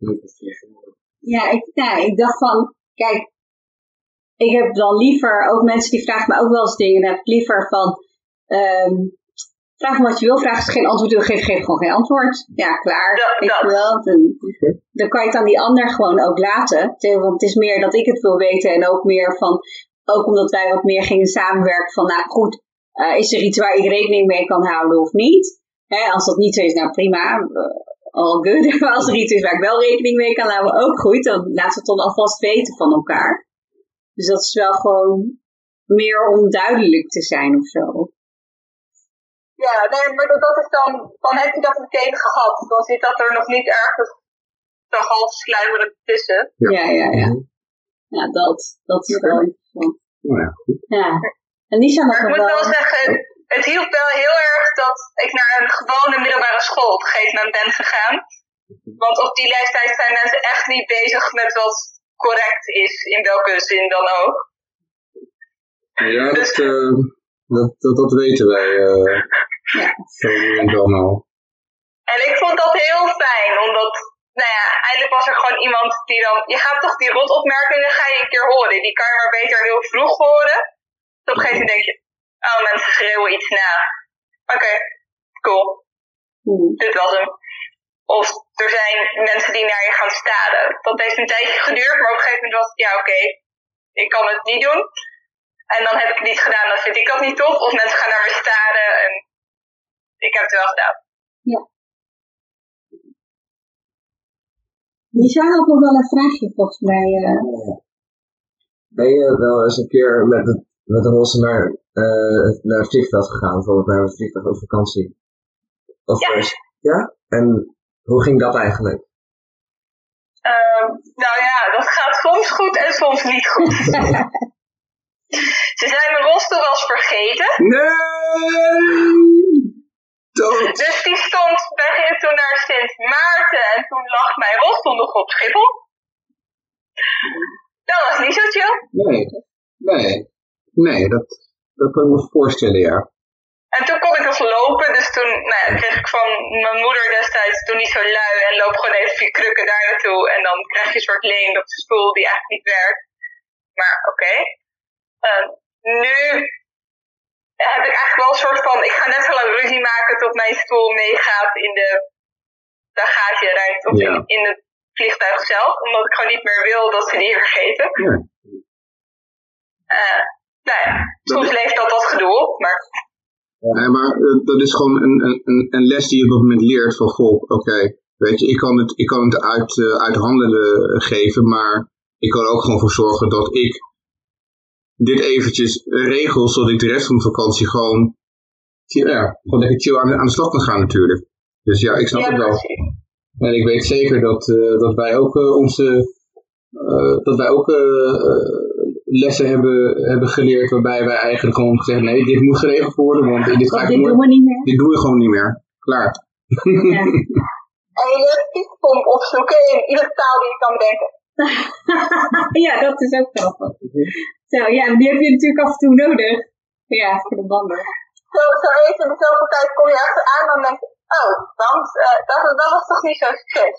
B: ja, ik, nou, ik dacht van, kijk, ik heb dan liever, ook mensen die vragen me ook wel eens dingen, dan heb ik liever van, um, vraag me wat je wil, vraag als geen antwoord wil, geef, geef gewoon geen antwoord. Ja, klaar.
H: Ja,
B: weet je wel. Dan, dan kan je het aan die ander gewoon ook laten. Want het is meer dat ik het wil weten en ook meer van, ook omdat wij wat meer gingen samenwerken van, nou goed, uh, is er iets waar ik rekening mee kan houden of niet? Hè, als dat niet zo is, nou prima, uh, all good. Maar als er iets is waar ik wel rekening mee kan houden, ook goed. Dan laten we het dan alvast weten van elkaar. Dus dat is wel gewoon meer om duidelijk te zijn of zo.
H: Ja, nee, maar dat, dat is dan, dan heb je dat meteen gehad. Dan zit dat er nog niet ergens te half sluimeren tussen.
B: Ja, ja, ja. Ja, ja dat, dat is wel interessant.
G: Nou ja, goed.
B: Ja. En die zijn
H: maar ik moet wel zeggen, het, het hielp wel heel erg dat ik naar een gewone middelbare school op een gegeven moment ben gegaan. Want op die leeftijd zijn mensen echt niet bezig met wat correct is, in welke zin dan ook.
G: Ja,
H: dus,
G: dat, uh, dat, dat, dat weten wij. Uh,
B: ja.
G: Zo en dan al.
H: En ik vond dat heel fijn, omdat, nou ja, eindelijk was er gewoon iemand die dan, je gaat toch die rotopmerkingen ga je een keer horen, die kan je maar beter heel vroeg horen. Dus op een gegeven moment denk je, oh, mensen schreeuwen iets na. Oké, okay, cool. Hmm. Dit was hem. Of er zijn mensen die naar je gaan staren. Dat heeft een tijdje geduurd, maar op een gegeven moment was het, ja oké, okay, ik kan het niet doen. En dan heb ik het niet gedaan, dan vind ik dat niet tof. Of mensen gaan naar me staren en ik heb het wel gedaan.
B: Ja. Die zijn ook nog wel een vraagje volgens mij. Uh...
E: Ben je wel eens een keer met het met de roze naar, uh, naar het vliegveld gegaan, bijvoorbeeld naar het vliegtuig op vakantie? Of
H: ja.
E: Is, ja? En hoe ging dat eigenlijk?
H: Uh, nou ja, dat gaat soms goed en soms niet goed. Ze zijn mijn rolstoel wel eens vergeten.
G: Nee! Dood.
H: Dus die stond, wij gingen toen naar Sint Maarten en toen lag mijn rolstoel nog op Schiphol. Dat was niet zo chill.
G: Nee, nee, nee, dat, dat kan ik me voorstellen, ja.
H: En toen kon ik nog lopen, dus toen nou ja, kreeg ik van mijn moeder destijds toen niet zo lui en loop gewoon even vier krukken daar naartoe. En dan krijg je een soort leen op de stoel die eigenlijk niet werkt. Maar oké. Okay. Uh, nu heb ik eigenlijk wel een soort van, ik ga net zo lang ruzie maken tot mijn stoel meegaat in de bagageruimte of ja. in, in het vliegtuig zelf. Omdat ik gewoon niet meer wil dat ze die vergeten.
G: Ja.
H: Uh, nou ja, soms levert dat wat gedoe op, maar...
G: Ja. Nee, maar uh, dat is gewoon een, een, een les die je op dat moment leert van, goh, oké, okay, weet je, ik kan het, ik kan het uit, uh, uit handen uh, geven, maar ik kan er ook gewoon voor zorgen dat ik dit eventjes regel, zodat ik de rest van de vakantie gewoon, ja, gewoon lekker chill aan, aan de slag kan gaan natuurlijk. Dus ja, ik snap ja, het wel. En ik weet zeker dat, uh, dat wij ook uh, onze, uh, dat wij ook uh, lessen hebben, hebben geleerd waarbij wij eigenlijk gewoon gezegd, nee, dit moet geregeld worden, want dit,
B: want dit doen we niet meer.
G: Dit doen we gewoon niet meer. Klaar.
H: Ja. En je leert typepomp opzoeken in iedere taal die je kan bedenken.
B: Ja, dat is ook grappig. Zo, ja, die heb je natuurlijk af en toe nodig. Ja, voor de banden.
H: Zo, zo even in de zoveel tijd kom je achteraan en dan denk je, oh, want, uh, dat, dat was toch niet zo succes.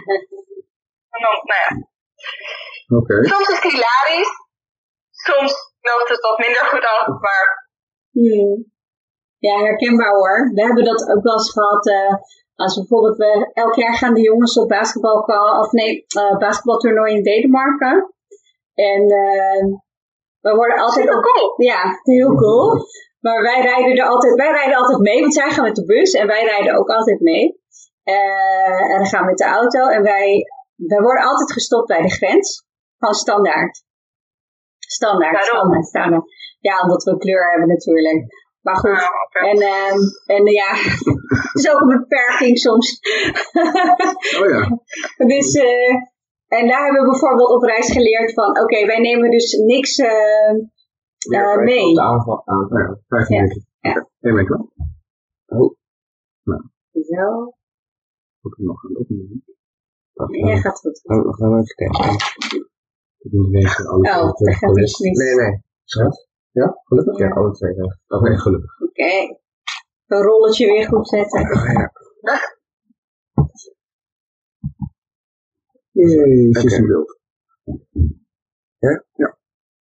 H: En dan, nou ja.
G: Okay.
H: Soms is het hilarisch. Soms loopt het wat minder goed af, maar...
B: Hmm. Ja, herkenbaar hoor. We hebben dat ook wel eens gehad. Uh, als bijvoorbeeld we elk jaar gaan de jongens op basketbal, of nee, uh, basketbaltoernooi in Denemarken. En uh, we worden altijd...
H: Heel cool.
B: Ja, heel cool. Maar wij rijden er altijd, wij rijden altijd mee, want zij gaan met de bus en wij rijden ook altijd mee. Uh, en dan gaan we met de auto en wij, wij worden altijd gestopt bij de grens. Gewoon standaard. Standaard, standaard, standaard. Ja, omdat we kleur hebben natuurlijk. Maar goed, oh, okay. en, uh, en uh, ja, het is ook een beperking soms.
G: Oh ja.
B: Dus, uh, en daar hebben we bijvoorbeeld op reis geleerd van, oké, okay, wij nemen dus niks uh, uh, mee.
G: De aanval, aanval, ja, vijf minuten. Ja. Ja. Eén minuut wel. Oh. Nou.
B: Zo.
G: Moet ik nog gaan opnemen?
B: Ja, gaat goed.
E: Oh, we gaan even kijken.
G: Ik moet deze alle
B: oh, dat gaat dus niet.
E: Nee, nee. Schat? Ja, gelukkig? Ja, alle twee. Oké, okay, gelukkig.
B: Oké. Okay. Een rolletje weer goed zetten.
E: Oh, ja.
G: Jezus in beeld.
E: Ja?
G: Ja.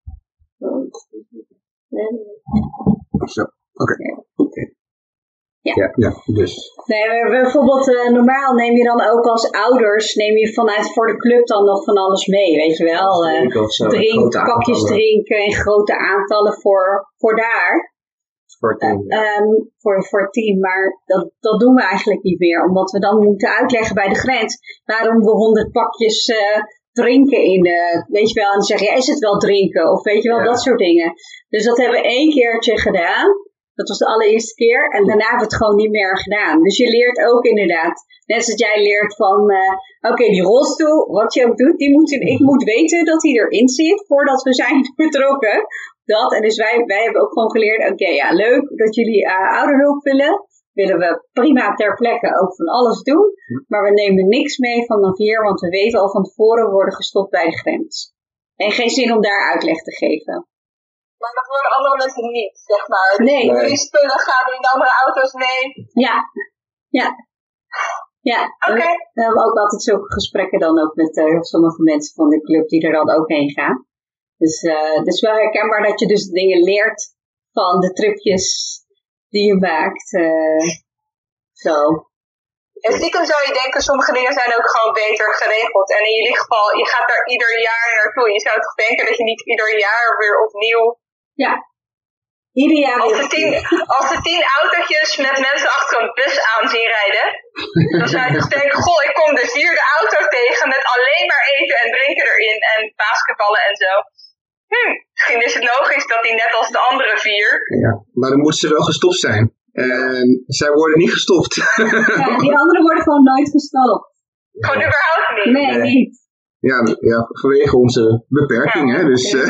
G: Zo, oké. Okay. Okay.
B: Ja.
G: Ja, ja, dus.
B: Nee, bijvoorbeeld uh, normaal neem je dan ook als ouders, neem je vanuit voor de club dan nog van alles mee, weet je wel. Uh, drink, pakjes drinken in grote aantallen voor, voor daar.
E: Voor het team.
B: Uh, um, voor, voor het team, maar dat, dat doen we eigenlijk niet meer. Omdat we dan moeten uitleggen bij de grens waarom we honderd pakjes uh, drinken in de, weet je wel, en dan zeg je, is het wel drinken? Of weet je wel,
G: Ja.
B: dat soort dingen. Dus dat hebben we één keertje gedaan. Dat was de allereerste keer. En daarna hebben we het gewoon niet meer gedaan. Dus je leert ook inderdaad, net zoals jij leert van, uh, oké, okay, die rolstoel, wat je ook doet, die moet, ik moet weten dat die erin zit voordat we zijn vertrokken. Dat, en dus wij, wij hebben ook gewoon geleerd, oké, okay, ja, leuk dat jullie uh, ouderhulp willen. Willen we prima ter plekke ook van alles doen. Maar we nemen niks mee van dan hier, want we weten al van tevoren, we worden gestopt bij de grens. En geen zin om daar uitleg te geven.
H: Maar dat worden andere mensen niet, zeg maar.
B: Nee.
H: Dus jullie spullen gaan in andere auto's mee.
B: Ja, ja. Ja,
H: Oké. Okay.
B: We, we hebben ook altijd zulke gesprekken dan ook met uh, sommige mensen van de club die er dan ook heen gaan. Dus uh, het is wel herkenbaar dat je dus dingen leert van de tripjes die je maakt. Uh, zo.
H: En stiekem zou je denken, sommige dingen zijn ook gewoon beter geregeld. En in jullie geval, je gaat daar ieder jaar naartoe. Je zou toch denken dat je niet ieder jaar weer opnieuw...
B: Ja. Ieder jaar
H: als
B: weer
H: er tien, als er tien autootjes met mensen achter een bus aan zien rijden, dan zou je toch denken, goh, ik kom de vierde auto tegen met alleen maar eten en drinken erin en basketballen en zo. Hm, misschien is het logisch dat die net als de andere vier...
G: Ja, maar dan moeten ze wel gestopt zijn. En zij worden niet gestopt.
B: Ja, die anderen worden gewoon nooit gestopt.
H: Gewoon überhaupt niet?
B: Nee, nee. niet.
G: Ja, ja, vanwege onze beperking, ja. Hè, dus...
B: Ja.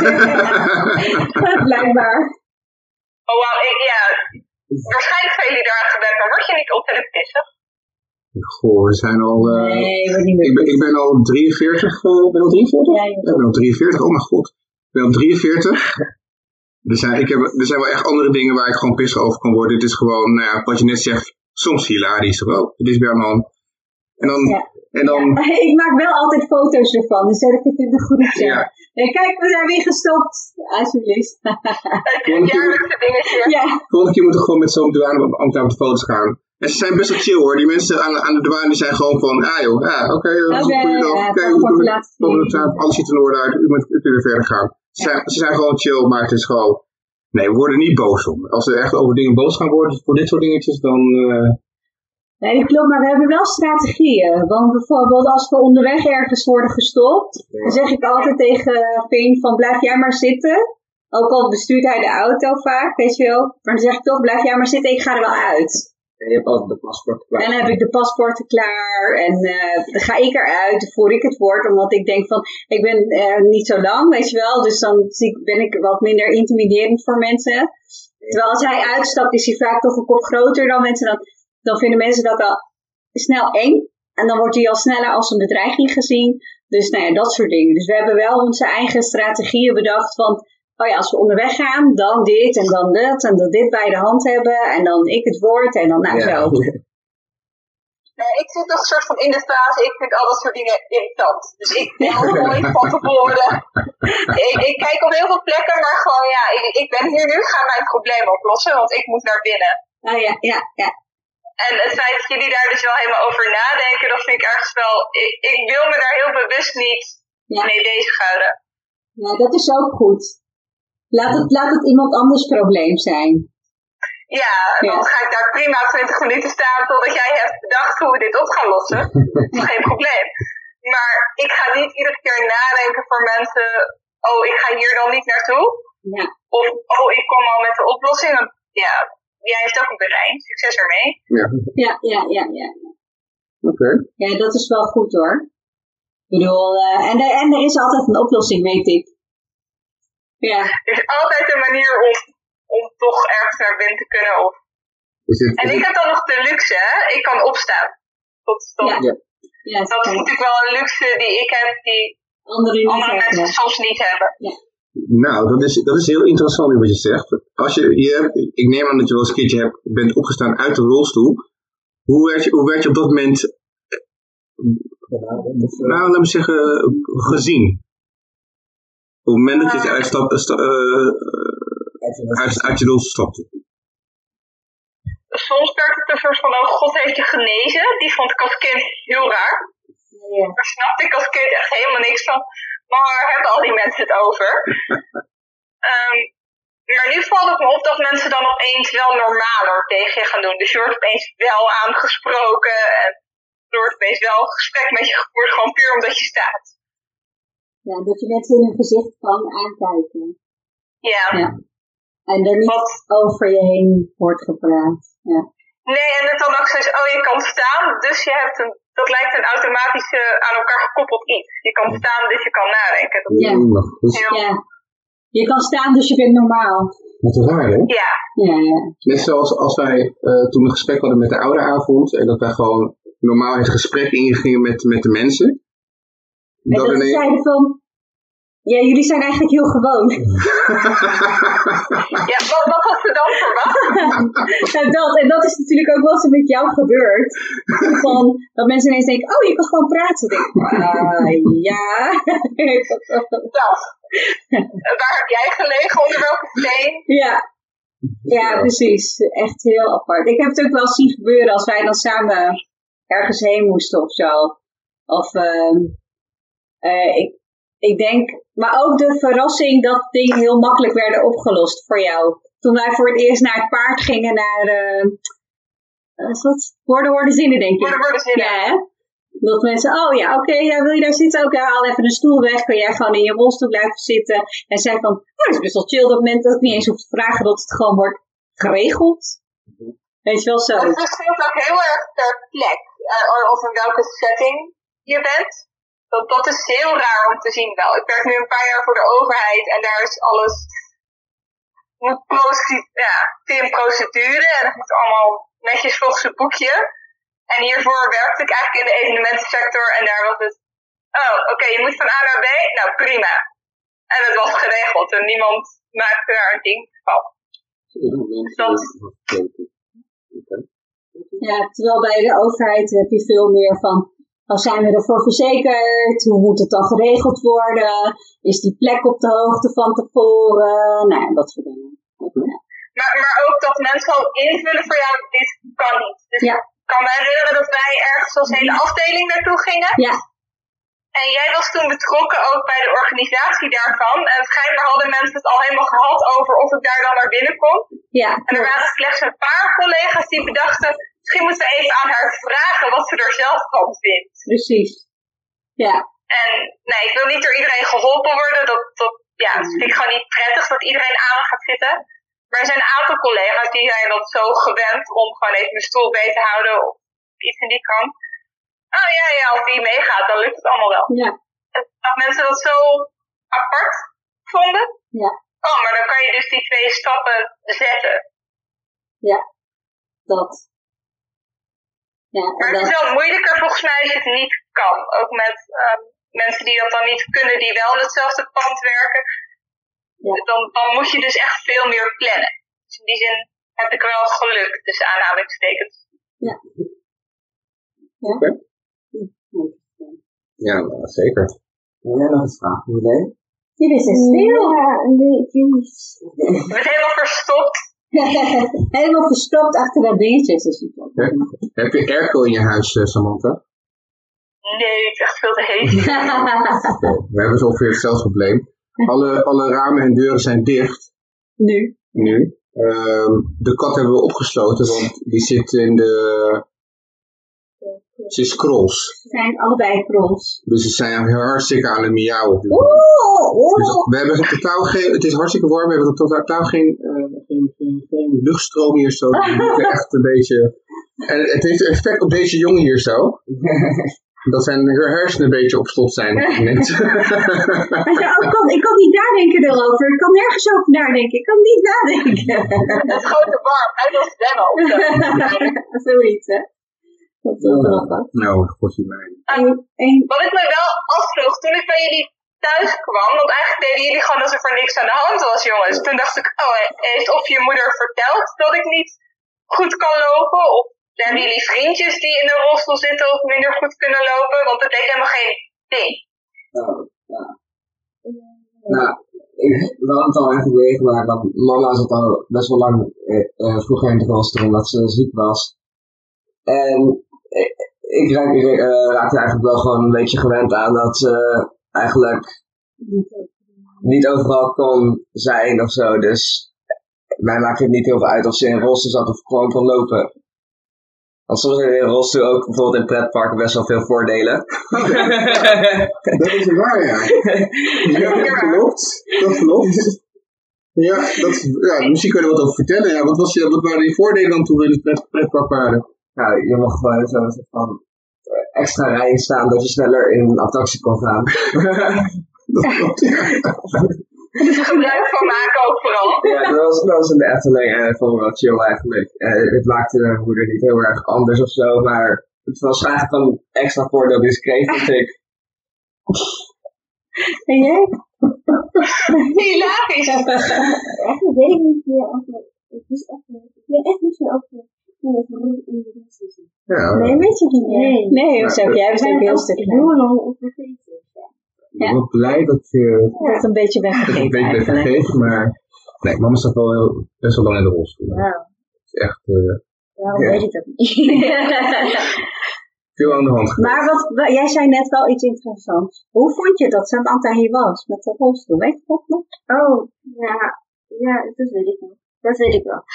B: Blijkbaar.
H: Oh, wauw, ik, ja. Waarschijnlijk zijn jullie daar aan gewend, maar word je niet ontzettend pissig?
G: Goh, we zijn al... Uh,
B: nee, we niet meer
G: ik, ben, ik ben al drieënveertig. Uh, ben al drieënveertig?
B: Ja,
G: ik ben al drieënveertig, oh mijn god. Ik ben al drieënveertig. Er zijn, ik heb, er zijn wel echt andere dingen waar ik gewoon pissig over kan worden. Dit is gewoon, nou ja, wat je net zegt, soms hilarisch. Oh, het is weer aan de hand. En dan...
B: Ja.
G: En dan...
B: Ja, ik maak wel altijd foto's ervan, dan zet ik het in de groep. Ja. Nee, kijk, we zijn weer gestopt. Alsjeblieft.
H: Het jaarlijkse dingetje.
B: Ja.
G: Volgende keer moeten we gewoon met zo'n douaneambtenaar op de foto's gaan. En ze zijn best wel chill hoor. Die mensen aan, aan de douane die zijn gewoon van, ah joh, ja, oké, okay, dat is een goede dag. Oké, alles ziet er in orde uit. U moet, u kunt weer verder gaan. Ze, ja. zijn, ze zijn gewoon chill, maar het is gewoon... Nee, we worden niet boos om. Als we echt over dingen boos gaan worden voor dit soort dingetjes, dan... Uh...
B: Nee, klopt, maar we hebben wel strategieën. Want bijvoorbeeld als we onderweg ergens worden gestopt, ja. dan zeg ik altijd tegen Pink van blijf jij maar zitten. Ook al bestuurt hij de auto vaak, weet je wel. Maar dan zeg ik toch, blijf jij maar zitten, ik ga er wel uit.
G: En je hebt altijd de paspoorten klaar.
B: En dan heb ik de paspoorten klaar. En uh, dan ga ik eruit voor ik het woord. Omdat ik denk van, ik ben uh, niet zo lang, weet je wel. Dus dan ben ik wat minder intimiderend voor mensen. Terwijl als hij uitstapt, is hij vaak toch een kop groter dan mensen. Dan, dan vinden mensen dat al snel eng. En dan wordt hij al sneller als een bedreiging gezien. Dus nou ja, dat soort dingen. Dus we hebben wel onze eigen strategieën bedacht van... Oh ja, als we onderweg gaan, dan dit en dan dat. En dan dit bij de hand hebben. En dan ik het woord. En dan nou ja. zo.
H: Nee, ik zit nog een soort van in de fase. Ik vind al dat soort dingen irritant. Dus ik ben ook nooit van tevoren. ik, ik kijk op heel veel plekken. Maar gewoon ja, ik, ik ben hier nu. Ga mijn probleem oplossen. Want ik moet naar binnen.
B: Oh ja, ja, ja.
H: En het feit dat jullie daar dus wel helemaal over nadenken. Dat vind ik ergens wel... Ik, ik wil me daar heel bewust niet ja. mee bezighouden.
B: Ja, dat is ook goed. Laat het, laat het iemand anders probleem zijn.
H: Ja, dan ja. ga ik daar prima twintig minuten staan totdat jij hebt bedacht hoe we dit op gaan lossen. Geen probleem. Maar ik ga niet iedere keer nadenken voor mensen, oh, ik ga hier dan niet naartoe.
B: Ja.
H: Of, oh, ik kom al met de oplossing. Ja, jij heeft ook een brein. Succes ermee.
G: Ja,
B: ja, ja, ja. ja.
G: Oké. Okay.
B: Ja, dat is wel goed hoor. Ik bedoel, uh, en, de, en er is altijd een oplossing, weet ik. Ja.
H: Er is altijd een manier om, om toch ergens naar binnen te kunnen. Of...
G: Is het,
H: en
G: is
H: ik
G: het...
H: heb dan nog de luxe, hè? Ik kan opstaan. Tot, tot.
B: Ja. Ja. Ja,
H: dat is natuurlijk wel een luxe die ik heb, die
B: andere,
H: andere mensen hebben. soms niet hebben.
B: Ja.
G: Nou, dat is, dat is heel interessant wat je zegt. Als je, je, ik neem aan dat je wel eens een keertje hebt, bent opgestaan uit de rolstoel. Hoe werd je, hoe werd je op dat moment, nou, laten we zeggen, gezien? Op het moment dat je uit, stap, sta, uh, uit, uit je rolstoel stapte.
H: Soms werd het een soort van, oh god heeft je genezen. Die vond ik als kind heel raar.
B: Ja.
H: Daar snapte ik als kind echt helemaal niks van. Maar waar hebben al die mensen het over? um, maar nu valt het me op dat mensen dan opeens wel normaler tegen je gaan doen. Dus je wordt opeens wel aangesproken. En er wordt opeens wel een gesprek met je gevoerd. Gewoon puur omdat je staat.
B: Ja, dat je mensen in hun gezicht kan aankijken.
H: Ja.
B: Ja. En er niet
H: Wat?
B: over je heen wordt gepraat. Ja.
H: Nee, en het dan ook zoiets, oh je kan staan, dus je hebt een, dat lijkt een automatisch uh, aan elkaar gekoppeld iets. Je kan staan, dus je kan nadenken. Dat
B: Ja.
G: Dus,
H: heel...
B: Ja. Je kan staan, dus je bent normaal.
G: wat is raar, hè?
H: Ja.
B: Ja, ja.
G: Net zoals als wij uh, toen een gesprek hadden met de ouderavond en dat wij gewoon normaal het gesprek ingingen met, met de mensen.
B: En dat, dat ze zeiden van, ja, jullie zijn eigenlijk heel gewoon.
H: Ja, wat, wat had ze dan verwacht?
B: en, dat, en dat is natuurlijk ook wel eens met jou gebeurd. Van, dat mensen ineens denken, oh, je kan gewoon praten. Dan denk ik, uh, ja.
H: Dat. Waar heb jij gelegen? Onder welke steen?
B: Ja. Ja, precies. Echt heel apart. Ik heb het ook wel zien gebeuren als wij dan samen ergens heen moesten of zo. Of, uh, uh, ik, ik denk, maar ook de verrassing dat dingen heel makkelijk werden opgelost voor jou. Toen wij voor het eerst naar het paard gingen, naar, uh, wat? Woorden worden zinnen, denk ik.
H: Woorden worden zinnen.
B: Ja, hè? Dat mensen, oh ja, oké, okay, ja, wil je daar zitten? Oké, okay, haal even een stoel weg. Kun jij gewoon in je rolstoel blijven zitten. En zei van, oh, het is best wel chill op het moment dat ik niet eens hoef te vragen dat het gewoon wordt geregeld. Weet je wel zo.
H: Het verschilt ook heel erg per plek. Uh, of in welke setting je bent. Dat, dat is heel raar om te zien wel. Ik werk nu een paar jaar voor de overheid en daar is alles moet ja, via een procedure en het moet allemaal netjes volgens een boekje. En hiervoor werkte ik eigenlijk in de evenementensector en daar was het, oh oké, okay, je moet van A naar B, nou prima. En het was geregeld en niemand maakte daar een ding van. Dus dat...
B: Ja, terwijl bij de overheid heb je veel meer van, oh, zijn we ervoor verzekerd? Hoe moet het dan geregeld worden? Is die plek op de hoogte van tevoren? Nou ja, dat soort dingen. Ja.
H: Maar, maar ook dat mensen al invullen voor jou, dit kan niet. Dus
B: ja.
H: Ik kan me herinneren dat wij ergens als hele afdeling naartoe gingen.
B: Ja.
H: En jij was toen betrokken ook bij de organisatie daarvan. En schijnbaar hadden mensen het al helemaal gehad over of ik daar dan naar binnen kon.
B: Ja.
H: En er waren slechts een paar collega's die bedachten, misschien moeten we even aan haar vragen wat ze er zelf van vindt.
B: Precies. Ja.
H: En nee, ik wil niet door iedereen geholpen worden. Dat, dat, ja, dat vind ik gewoon niet prettig dat iedereen aan gaat zitten. Maar er zijn een aantal collega's die zijn dat zo gewend om gewoon even mijn stoel bij te houden of iets in die kant. Oh ja, ja, als die meegaat, dan lukt het allemaal wel.
B: Ja.
H: En dat mensen dat zo apart vonden.
B: Ja.
H: Oh, maar dan kan je dus die twee stappen zetten.
B: Ja, dat. Ja,
H: maar het is wel moeilijker volgens mij als je het niet kan. Ook met um, mensen die dat dan niet kunnen, die wel in hetzelfde pand werken. Ja. Dan, dan moet je dus echt veel meer plannen. Dus in die zin heb ik wel geluk tussen aanhalingstekens.
B: Ja.
G: Ja. Okay. Ja, zeker.
E: Wil jij nog eens vragen, idee?
B: Dit is een stil.
I: Ja, een beetje.
H: Je bent helemaal verstopt.
B: Helemaal verstopt achter dat dingetjes.
G: Heb, heb je airco in je huis, uh, Samantha?
H: Nee, het is echt veel te heet.
G: Okay. We hebben zo ongeveer hetzelfde probleem. Alle, alle ramen en deuren zijn dicht.
B: Nu.
G: Nu. Um, de kat hebben we opgesloten, want die zit in de... Ze is krols.
B: Ze zijn allebei krols.
G: Dus ze zijn hartstikke aan het miauwen.
B: Oeh, oeh.
G: Dus we hebben totaal geen, het is hartstikke warm, we hebben totaal geen, uh, geen, geen, geen luchtstroom hier zo. We moeten echt een beetje... En het heeft effect op deze jongen hier zo. Dat zijn hersenen een beetje op slot zijn op het moment.
B: ik, kan, ik kan niet nadenken erover. Ik kan nergens over nadenken. Ik kan niet nadenken.
H: Het is gewoon te warm. Hij was demo.
B: Zoiets, hè. Dat is wel grappig.
G: Nou, god je mij.
H: Wat ik me wel afvroeg, toen ik bij jullie thuis kwam, want eigenlijk deden jullie gewoon alsof er niks aan de hand was, jongens. Toen dacht ik, oh, heeft of je moeder verteld dat ik niet goed kan lopen? Of hebben jullie vriendjes die in een rolstoel zitten of minder goed kunnen lopen? Want het leek helemaal geen ding.
E: Nou, ja. Nou, ik, we hadden het al even meegemaakt, want mama zat al best wel lang eh, uh, vroeger in de rolstoel omdat ze ziek was. En ik, ik raak, uh, raakte eigenlijk wel gewoon een beetje gewend aan dat ze eigenlijk niet overal kon zijn of zo. Dus mij maakt het niet heel veel uit of ze in een rolstoel zat of gewoon kon lopen.
J: Want soms hebben we in rolstoel ook bijvoorbeeld in pretparken best wel veel voordelen.
G: Dat is waar, ja. Ja, dat klopt. Dat klopt. Ja, dat, ja, misschien kun je er wat over vertellen. Ja, wat, was, wat waren die voordelen dan toen we in het pret, pretpark waren?
J: Nou, je mocht gewoon zo'n soort van extra rijen staan dat je sneller in een attractie kon gaan.
G: Dat klopt, ja.
H: Gebruik van maken ook vooral.
J: Ja, dat was, dat was in de Efteling en ik vond het wel chill eigenlijk. Uh, het maakte de moeder niet heel erg anders of zo, maar het was eigenlijk een extra voordeel die ze kreeg, vind ik.
B: En jij?
H: Hilarisch.
I: Eigenlijk weet ik niet meer over. Ik wist echt niet. Ik weet echt niet meer over.
G: Ja,
B: Nee, weet je niet meer.
I: Nee.
B: Nee, of zo. Jij bent ook heel stuk
I: Ik
B: klein.
I: doe lang op vergeten.
G: ik ben wel blij dat je
B: Dat het een beetje
G: dat je het een
B: weggegeten
G: beetje bent
B: eigenlijk.
G: vergeten, maar nee, mama staat wel heel, best wel lang in de rolstoel.
I: Wauw.
G: Het is echt uh,
I: Waarom
G: Ja.
I: weet ik dat niet?
G: veel aan de hand geweest.
B: Maar wat, wa- jij zei net wel iets interessants. Hoe vond je dat Samantha hier was met de rolstoel? Weet je dat nog?
I: Oh, ja. Ja, dat weet ik nog. Dat weet ik wel.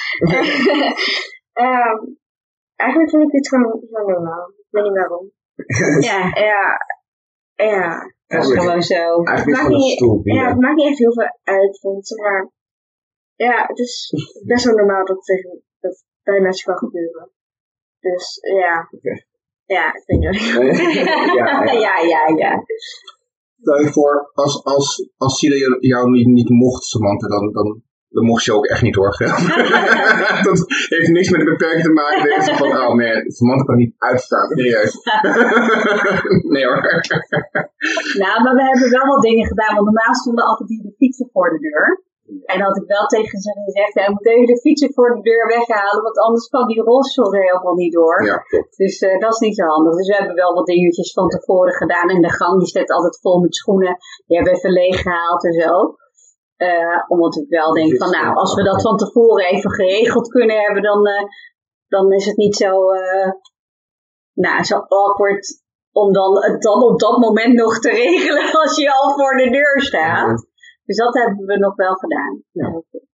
I: um, eigenlijk vond ik het gewoon, gewoon normaal. Ik weet niet waarom.
B: Ja,
I: Ja. Ja.
B: dat is gewoon zo.
G: Eigenlijk is
I: maakt
G: het gewoon een
I: niet-
G: stoel.
I: Ja, het maakt niet echt heel veel uit. Want, zeg maar, ja, het is best wel normaal dat, tegen, dat bij mensen kan gebeuren. Dus ja.
G: Oké.
I: Ja, ik weet niet.
G: ja, ja.
B: Ja, ja, ja.
G: Stel je voor, als, als, als Sila jou- jou niet, niet mocht, Samantha, dan, dan, dan mocht je ook echt niet doorgaan. Dat heeft niks met de beperking te maken. Dan denk je van, oh man, Samantha kan niet uitstaan. Serieus. Nee hoor.
B: Nou, maar we hebben wel wat dingen gedaan. Want normaal stonden altijd hier de fietsen voor de deur. En dan had ik wel tegen ze gezegd, ja, we moeten even de fietsen voor de deur weghalen. Want anders kan die rolstoel er helemaal niet door.
G: Ja, klopt.
B: Dus uh, dat is niet zo handig. Dus we hebben wel wat dingetjes van tevoren gedaan. En de gang die staat altijd vol met schoenen. Die hebben we even leeggehaald en zo. Uh, omdat ik wel denk van, nou, als we dat van tevoren even geregeld kunnen hebben, dan, uh, dan is het niet zo, uh, nou, zo awkward om dan, het dan op dat moment nog te regelen als je al voor de deur staat. Dus dat hebben we nog wel gedaan.
G: Ja.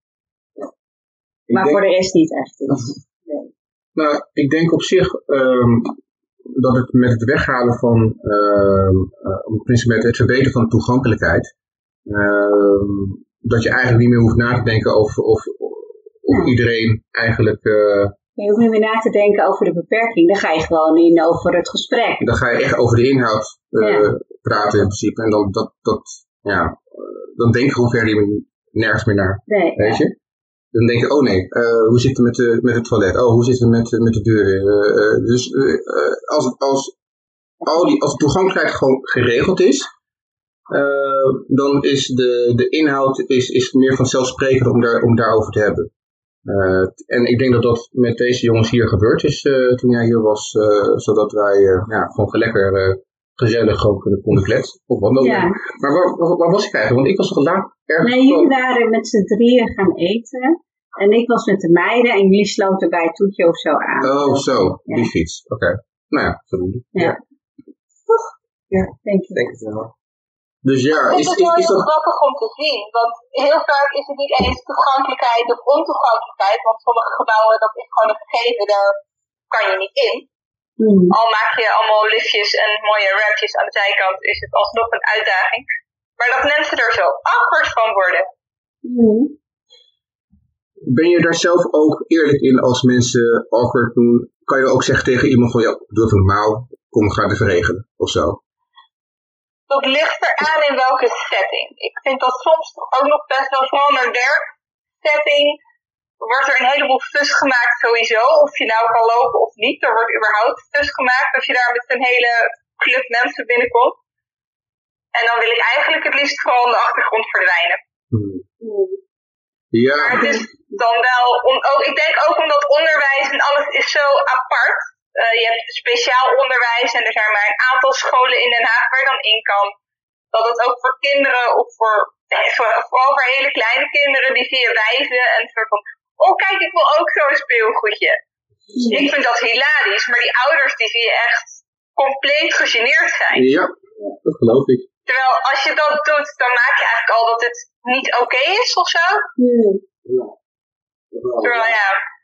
B: Maar
G: denk,
B: voor de rest niet echt. Dus, nee.
G: Nou, ik denk op zich um, dat het met het weghalen van, um, uh, tenminste met het verbeteren van de toegankelijkheid, um, dat je eigenlijk niet meer hoeft na te denken over of, of
B: Ja.
G: iedereen eigenlijk... Uh,
B: je hoeft niet meer na te denken over de beperking. Dan ga je gewoon in over het gesprek.
G: Dan ga je echt over de inhoud uh,
B: Ja.
G: praten in principe. En dan, dat, dat, ja, uh, dan denk je gewoon verder nergens meer naar.
B: Nee,
G: weet
B: ja.
G: je? Dan denk je, oh nee, uh, hoe zit het met, de, met het toilet? Oh, hoe zit het met, met de deuren? Uh, uh, dus uh, als, als, al die, als de toegankelijkheid gewoon geregeld is, uh, dan is de, de inhoud is, is meer vanzelfsprekend om, daar, om daarover te hebben. Uh, en ik denk dat dat met deze jongens hier gebeurd is uh, toen jij hier was, uh, zodat wij uh, ja, gewoon lekker uh, gezellig gewoon kunnen konden kletsen. Of wat dan
B: Ja.
G: Maar waar, waar, waar was ik eigenlijk? Want ik was toch laat ergens.
B: Nee, jullie waren met z'n drieën gaan eten. En ik was met de meiden en jullie sloten bij Toetje of zo aan.
G: Oh, zo.
B: Ja.
G: Die fiets. Oké. Okay. Nou ja, voldoende.
B: Ja.
G: Ja.
B: Toch? Ja, denk ik.
J: Denk het wel.
G: Dus ja,
H: Het
G: is,
H: is
G: is,
H: wel
G: is
H: heel
G: dat...
H: grappig om te zien, want heel vaak is het niet eens toegankelijkheid of ontoegankelijkheid, want sommige gebouwen, dat is gewoon een gegeven, daar kan je niet in.
B: Hmm.
H: Al maak je allemaal liftjes en mooie rampjes aan de zijkant, is het alsnog een uitdaging. Maar dat mensen er zo awkward van worden.
B: Hmm.
G: Ben je daar zelf ook eerlijk in als mensen awkward doen? Kan je ook zeggen tegen iemand van, ja, doe even normaal, kom, we gaan het even regelen, of zo?
H: Dat ligt eraan in welke setting. Ik vind dat soms toch ook nog best wel, vooral in een werksetting, wordt er een heleboel fus gemaakt sowieso. Of je nou kan lopen of niet. Er wordt überhaupt fus gemaakt als je daar met een hele club mensen binnenkomt. En dan wil ik eigenlijk het liefst gewoon in de achtergrond verdwijnen.
G: Hmm.
B: Hmm.
G: Ja.
H: Maar het is dan wel, om, ook, ik denk ook omdat onderwijs en alles is zo apart. Uh, je hebt speciaal onderwijs en er zijn maar een aantal scholen in Den Haag waar je dan in kan. Dat het ook voor kinderen of voor, voor vooral voor hele kleine kinderen, die zie je wijzen en soort van, oh kijk, ik wil ook zo'n speelgoedje. Ja. Ik vind dat hilarisch, maar die ouders die zie je echt compleet gegeneerd zijn.
G: Ja, dat geloof ik.
H: Terwijl als je dat doet, dan maak je eigenlijk al dat het niet oké okay is of zo.
B: Hmm.
G: Ja.
H: Terwijl ja...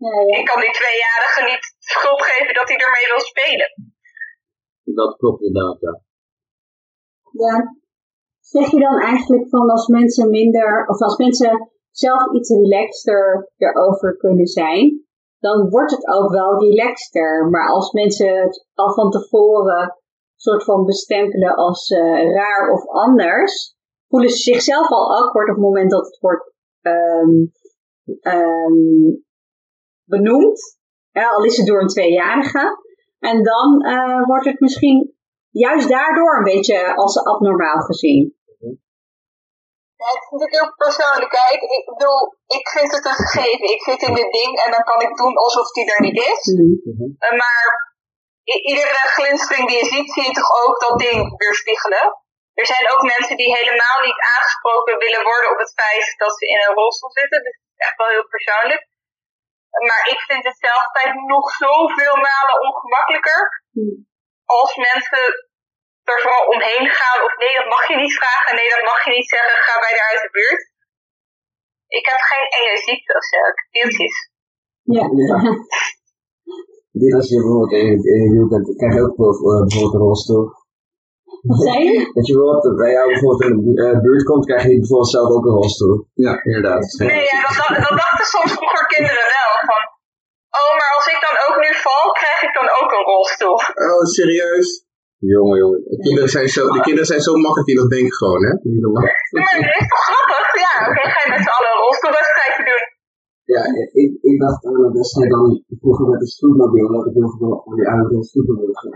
B: Ja, ja.
H: Ik kan die tweejarige niet schuld geven dat hij ermee wil spelen.
J: Dat klopt inderdaad, ja.
B: Ja. Zeg je dan eigenlijk van als mensen minder, of als mensen zelf iets relaxter erover kunnen zijn, dan wordt het ook wel relaxter. Maar als mensen het al van tevoren soort van bestempelen als uh, raar of anders, voelen ze zichzelf al awkward op het moment dat het wordt um, um, benoemd. Ja, al is het door een tweejarige. En dan uh, wordt het misschien juist daardoor een beetje als abnormaal gezien.
H: Ja, het is natuurlijk heel persoonlijk. Hè? Ik, ik bedoel, ik vind het een gegeven. Ik zit in dit ding en dan kan ik doen alsof die er niet is.
B: Mm-hmm.
H: Uh, maar i- iedere glinstering die je ziet, zie je toch ook dat ding weerspiegelen. Er zijn ook mensen die helemaal niet aangesproken willen worden op het feit dat ze in een rolstoel zitten. Dus het is echt wel heel persoonlijk. Maar ik vind het zelf tijd nog zoveel malen ongemakkelijker.
B: Mm.
H: Als mensen er vooral omheen gaan. Of nee, dat mag je niet vragen. Nee, dat mag je niet zeggen. Ga bij de uit de buurt. Ik heb geen enge ziekte of zo. Ik heb deeltjes.
B: Ja.
J: Ja. Dit als je bijvoorbeeld in, in een wiel bent, dan krijg je ook uh, bijvoorbeeld een rolstoel.
B: Wat zei je?
J: Dat je bijvoorbeeld bij jou bijvoorbeeld in de uh, buurt komt, krijg je bijvoorbeeld zelf ook een rolstoel. Ja, inderdaad.
H: Nee, ja, dat, dat dachten soms vroeger kinderen wel. Van, oh, maar als ik dan ook nu val, krijg ik dan ook een rolstoel.
G: Oh, serieus? Jongen, jongen. De kinderen zijn zo, de kinderen zijn zo makkelijk in dat denken gewoon, hè? Niet normaal.
H: Ja, maar dat is toch grappig? Ja, oké, okay, ga je met z'n allen een rolstoelwedstrijdje doen.
J: Ja, ik, ik dacht aan een wedstrijd dan vroeger met een snoepmobiel, dat ik heel veel van die oude snoepmobiel ging.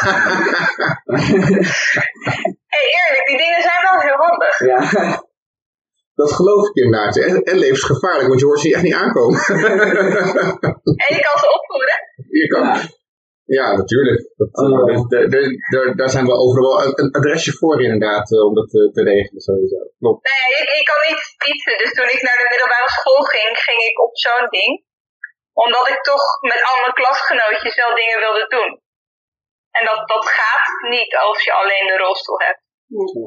H: Hé, hey, eerlijk, die dingen zijn wel heel handig.
J: Ja.
G: Dat geloof ik inderdaad. En, en levensgevaarlijk, want je hoort ze echt niet aankomen.
H: En je kan ze opvoeden.
G: Je kan. Ja. Ja, natuurlijk. Dat, oh. de, de, de, de, daar zijn we overal een, een adresje voor inderdaad, uh, om dat te, te regelen sowieso. Klopt.
H: Nee, ik, ik kan niet fietsen, dus toen ik naar de middelbare school ging, ging ik op zo'n ding. Omdat ik toch met al mijn klasgenootjes wel dingen wilde doen. En dat, dat gaat niet als je alleen de rolstoel hebt.
B: Ja,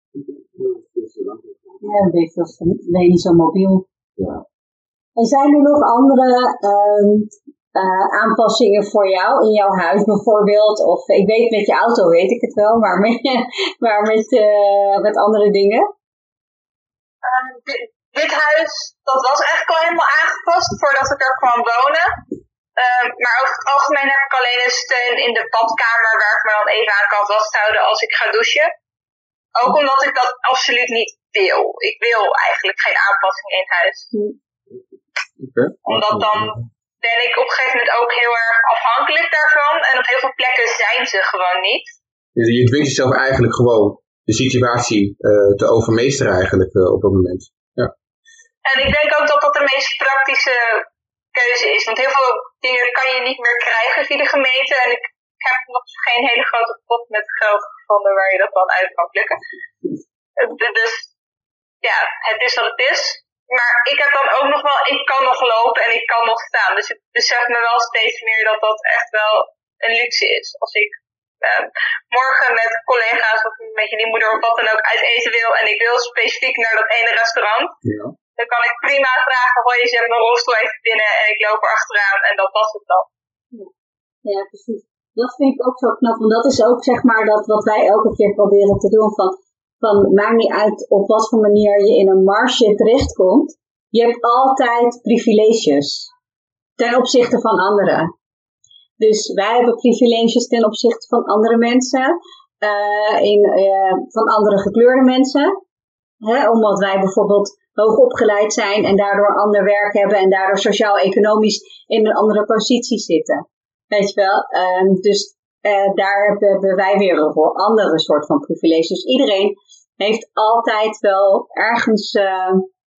B: ja dat weet ik, ben je niet zo mobiel.
J: Ja.
B: En zijn er nog andere um, Uh, aanpassingen voor jou in jouw huis bijvoorbeeld? Of ik weet met je auto weet ik het wel, maar met, maar met, uh, met andere dingen?
H: Uh, dit, dit huis, dat was eigenlijk al helemaal aangepast voordat ik er kwam wonen. Uh, maar over het algemeen heb ik alleen een steun in de badkamer waar ik me dan even aan kan vasthouden als ik ga douchen. Ook omdat ik dat absoluut niet wil. Ik wil eigenlijk geen aanpassing in huis.
G: Okay.
H: Omdat dan ben ik op een gegeven moment ook heel erg afhankelijk daarvan. En op heel veel plekken zijn ze gewoon niet.
G: Je dwingt jezelf eigenlijk gewoon de situatie uh, te overmeesteren eigenlijk uh, op dat moment. Ja.
H: En ik denk ook dat dat de meest praktische keuze is. Want heel veel dingen kan je niet meer krijgen via de gemeente. En ik heb nog geen hele grote pot met geld gevonden waar je dat dan uit kan plukken. Dus ja, het is wat het is. Maar ik heb dan ook nog wel, ik kan nog lopen en ik kan nog staan. Dus ik besef me wel steeds meer dat dat echt wel een luxe is. Als ik uh, morgen met collega's of met jullie moeder of wat dan ook uit eten wil en ik wil specifiek naar dat ene restaurant.
G: Ja.
H: Dan kan ik prima vragen, hoi, je zet mijn rolstoel even binnen en ik loop er achteraan en dat was het dan.
B: Ja, ja precies. Dat vind ik ook zo knap. Want dat is ook zeg maar dat wat wij elke keer proberen te doen van... Van, maakt niet uit op wat voor manier je in een marge terechtkomt. Je hebt altijd privileges. Ten opzichte van anderen. Dus wij hebben privileges ten opzichte van andere mensen. Uh, in, uh, van andere gekleurde mensen. Hè, omdat wij bijvoorbeeld hoog opgeleid zijn. En daardoor ander werk hebben. En daardoor sociaal-economisch in een andere positie zitten. Weet je wel. Um, dus uh, daar hebben wij weer een andere soort van privileges. Dus iedereen heeft altijd wel ergens uh,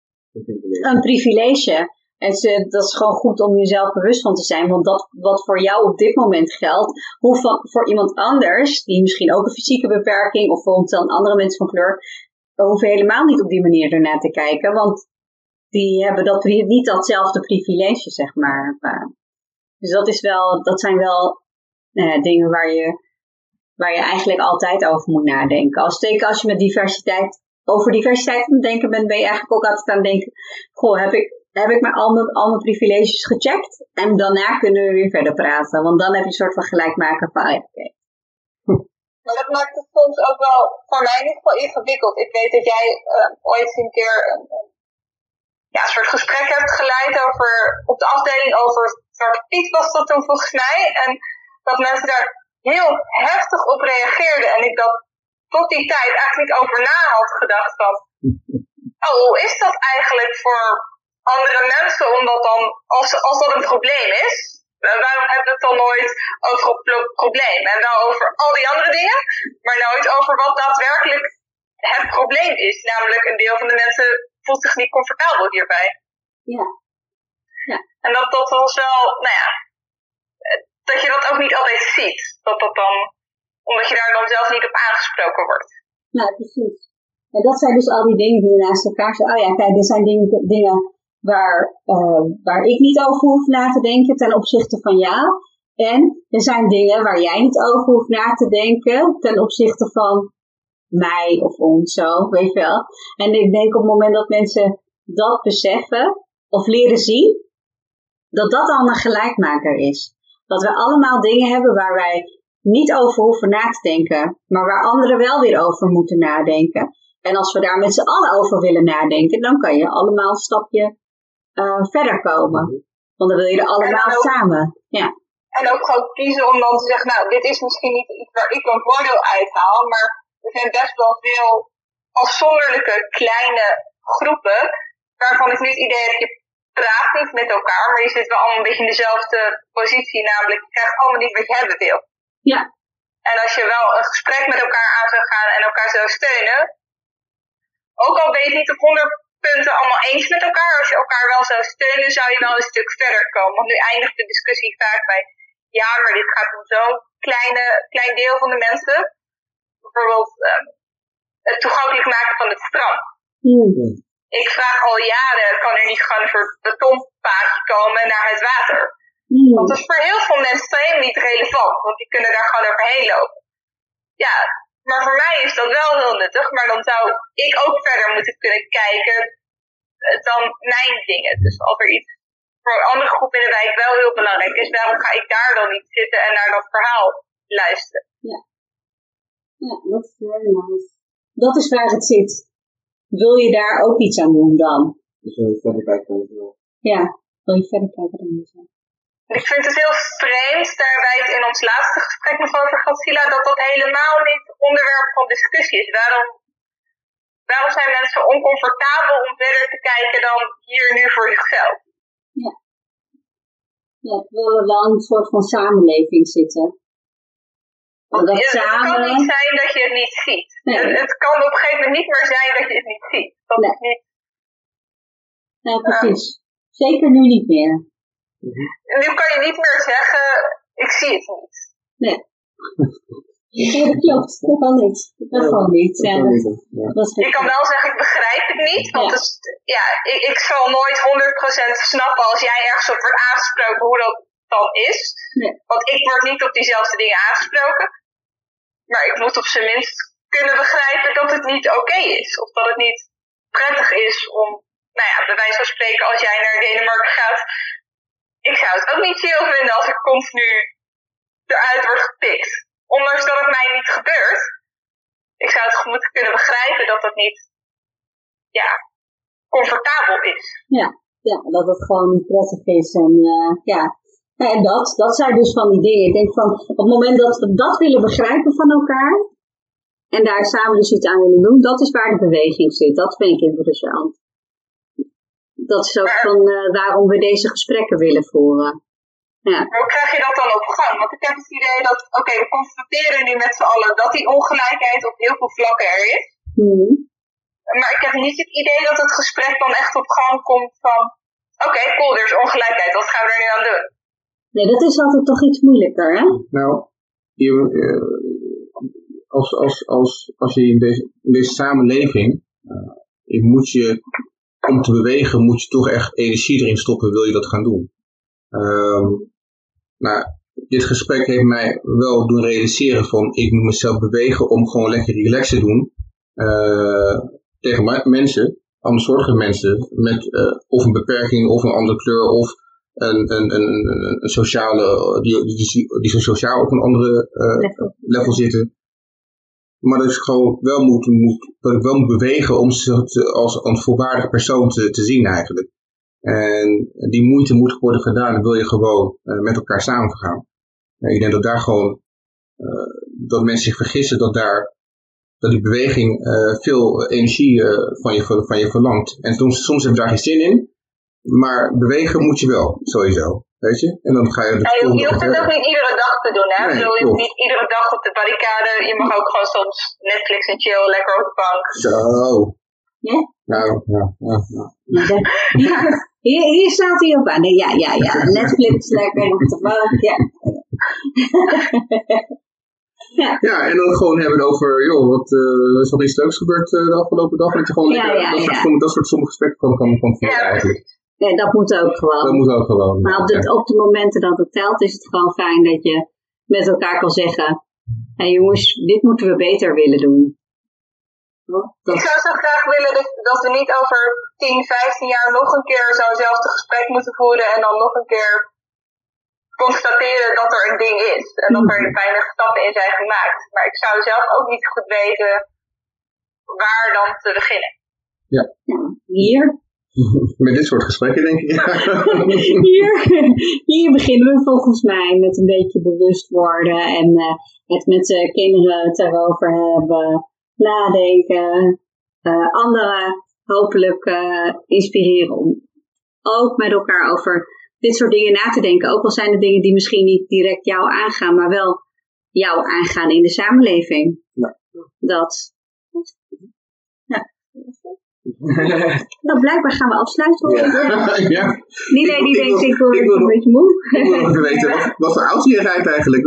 B: een privilege. En ze, dat is gewoon goed om jezelf bewust van te zijn. Want dat wat voor jou op dit moment geldt, hoeft van, voor iemand anders, die misschien ook een fysieke beperking, of bijvoorbeeld dan andere mensen van kleur, hoeven helemaal niet op die manier ernaar te kijken. Want die hebben dat, niet datzelfde privilege, zeg maar. Dus dat is wel, dat zijn wel uh, dingen waar je, waar je eigenlijk altijd over moet nadenken. Als, teken, als je met diversiteit, over diversiteit aan het denken bent, ben je eigenlijk ook altijd aan het denken, goh, heb ik, heb ik mijn, al, mijn, al mijn privileges gecheckt. En daarna kunnen we weer verder praten. Want dan heb je een soort van gelijkmaker van, oké. Okay.
H: Maar dat maakt het soms ook wel voor mij in ieder geval ingewikkeld. Ik weet dat jij uh, ooit een keer een, een, ja, een soort gesprek hebt geleid over, op de afdeling over Zwarte Piet was dat toen volgens mij. En dat mensen daar heel heftig op reageerden. En ik dat tot die tijd eigenlijk niet over na had gedacht van, oh, hoe is dat eigenlijk voor andere mensen? Omdat dan, als, als dat een probleem is, waarom hebben we het dan nooit over het probleem? En wel over al die andere dingen, maar nooit over wat daadwerkelijk het probleem is. Namelijk een deel van de mensen voelt zich niet comfortabel hierbij.
B: Ja. Ja.
H: En dat, dat was wel, nou ja, dat je dat ook niet altijd ziet. Dat dat dan, omdat je daar dan zelf niet op aangesproken wordt.
B: Nou, precies. En dat zijn dus al die dingen die je naast elkaar zegt. Oh ja, kijk, dit zijn dingen, dingen waar, uh, waar ik niet over hoef na te denken ten opzichte van jou. En er zijn dingen waar jij niet over hoeft na te denken ten opzichte van mij of ons, zo, weet je wel. En ik denk op het moment dat mensen dat beseffen of leren zien, dat dat al een gelijkmaker is. Dat we allemaal dingen hebben waar wij niet over hoeven na te denken, maar waar anderen wel weer over moeten nadenken. En als we daar met z'n allen over willen nadenken, dan kan je allemaal een stapje uh, verder komen. Want dan wil je er allemaal ook samen. Ja.
H: En ook gewoon kiezen om dan te zeggen, nou, dit is misschien niet iets waar ik een voordeel uithaal, maar er zijn best wel veel afzonderlijke kleine groepen, waarvan ik niet het idee heb, je praat niet met elkaar, maar je zit wel allemaal een beetje in dezelfde positie, namelijk je krijgt allemaal niet wat je hebben wil.
B: Ja.
H: En als je wel een gesprek met elkaar aan zou gaan en elkaar zou steunen, ook al ben je het niet op honderd punten allemaal eens met elkaar, als je elkaar wel zou steunen, zou je wel een stuk verder komen. Want nu eindigt de discussie vaak bij, ja, maar dit gaat om zo'n kleine, klein deel van de mensen. Bijvoorbeeld um, het toegankelijk maken van het strand.
B: Mm.
H: Ik vraag al jaren, kan er niet gewoon een soort betonpaadje komen naar het water?
B: Mm.
H: Want dat is voor heel veel mensen helemaal niet relevant, want die kunnen daar gewoon overheen lopen. Ja, maar voor mij is dat wel heel nuttig, maar dan zou ik ook verder moeten kunnen kijken dan mijn dingen. Dus als er iets voor een andere groep in de wijk wel heel belangrijk is, waarom ga ik daar dan niet zitten en naar dat verhaal luisteren?
B: Ja, ja, dat is very nice. Dat is waar het zit. Wil je daar ook iets aan doen dan?
E: Dus wil je verder kijken dan jezelf?
B: Ja, wil je verder kijken dan jezelf.
H: Ik vind het heel vreemd, daar hebben wij het in ons laatste gesprek nog over gehad, Sila, dat dat helemaal niet onderwerp van discussie is. Waarom, waarom zijn mensen oncomfortabel om verder te kijken dan hier nu voor zichzelf?
B: Ja. Ja, we willen wel een soort van samenleving zitten.
H: Want dat het, samen... het kan niet zijn dat je het niet ziet. Nee. Het, het kan op een gegeven moment niet meer zijn dat je het niet ziet. Dat
B: nee.
H: is niet...
B: Nee, precies. Uh, Zeker nu niet meer.
H: Mm-hmm. Nu kan je niet meer zeggen, ik zie het niet.
B: Nee. Ja, dat klopt. Dat kan niet. Dat ja, gewoon niet. Ja, dat,
H: ja. dat ik kan wel zeggen, ik begrijp het niet. Want ja. Het, ja, ik, ik zal nooit honderd procent snappen als jij ergens op wordt aangesproken hoe dat dan is.
B: Nee.
H: Want ik word niet op diezelfde dingen aangesproken. Maar ik moet op zijn minst kunnen begrijpen dat het niet oké okay is. Of dat het niet prettig is om, nou ja, bij wijze van spreken, als jij naar Denemarken gaat. Ik zou het ook niet chill vinden als ik continu eruit word gepikt. Ondanks dat het mij niet gebeurt. Ik zou het moeten kunnen begrijpen dat dat niet, ja, comfortabel is.
B: Ja, ja, dat het gewoon niet prettig is. En uh, ja, en dat, dat zijn dus van die dingen. Ik denk van, op het moment dat we dat willen begrijpen van elkaar, en daar samen dus iets aan willen doen, dat is waar de beweging zit. Dat vind ik interessant. Dat is ook van uh, waarom we deze gesprekken willen voeren. Ja.
H: Maar hoe krijg je dat dan op gang? Want ik heb het idee dat, oké, okay, we constateren nu met z'n allen dat die ongelijkheid op heel veel vlakken er is.
B: Mm.
H: Maar ik heb niet het idee dat het gesprek dan echt op gang komt van, oké, okay, cool, er is ongelijkheid, wat gaan we er nu aan doen?
B: Nee, dat is altijd toch iets moeilijker, hè?
G: Nou, je, als, als, als, als je in deze, in deze samenleving, uh, je moet je, om te bewegen, moet je toch echt energie erin stoppen, wil je dat gaan doen. Um, nou, dit gesprek heeft mij wel doen realiseren van, ik moet mezelf bewegen om gewoon lekker relaxed te doen, uh, tegen ma- mensen, andersoortige mensen met uh, of een beperking of een andere kleur of een, een, een, een, een sociale, die, die, die zo sociaal op een andere uh, level. level zitten. Maar dat ik gewoon wel moet, moet, dat ik wel moet bewegen om ze te, als een volwaardig persoon te, te zien eigenlijk. En die moeite moet worden gedaan, dan wil je gewoon uh, met elkaar samengaan. Uh, ik denk dat daar gewoon, uh, dat mensen zich vergissen dat daar, dat die beweging uh, veel energie uh, van, je, van je verlangt. En soms, soms heb je daar geen zin in, maar bewegen moet je wel, sowieso. Weet je? En dan ga je...
H: Ja, je, je hoeft het ook niet iedere dag te doen, hè? Nee, je hoeft niet iedere dag op de barricade. Je mag ook gewoon soms Netflix en chill, lekker op de bank.
G: Zo.
I: Ja?
G: Nou, ja, ja, ja.
I: ja hier, hier slaat hij op aan. Ja, ja, ja. Netflix, lekker op de bank, ja. ja.
G: Ja, en dan gewoon hebben over, joh, wat uh, is er iets leuks gebeurd uh, de afgelopen dag? Dat je gewoon
I: ja,
G: lekker,
I: ja,
G: dat,
I: ja.
G: Soort, dat soort sommige gesprekken kan, kan, kan voeren ja. eigenlijk.
I: Nee, dat moet ook gewoon.
G: Dat moet ook gewoon.
I: Maar op de, op de momenten dat het telt, is het gewoon fijn dat je met elkaar kan zeggen: hé hey jongens, dit moeten we beter willen doen.
H: Dat... Ik zou zo graag willen dat, dat we niet over tien, vijftien jaar nog een keer zo'nzelfde gesprek moeten voeren en dan nog een keer constateren dat er een ding is en dat er weinig stappen in zijn gemaakt. Maar ik zou zelf ook niet goed weten waar dan te beginnen.
G: Ja.
I: ja hier.
G: Met dit soort gesprekken, denk ik.
I: hier, hier beginnen we volgens mij met een beetje bewust worden en uh, het met de kinderen het erover hebben, nadenken, uh, anderen hopelijk uh, inspireren om ook met elkaar over dit soort dingen na te denken. Ook al zijn het dingen die misschien niet direct jou aangaan, maar wel jou aangaan in de samenleving.
G: Ja.
I: Dat. Ja. Nou, blijkbaar gaan we afsluiten.
G: Ja. ja.
I: Nina die denkt, ik word een beetje moe.
G: Ik wil even weten, wat, wat voor auto je rijdt eigenlijk?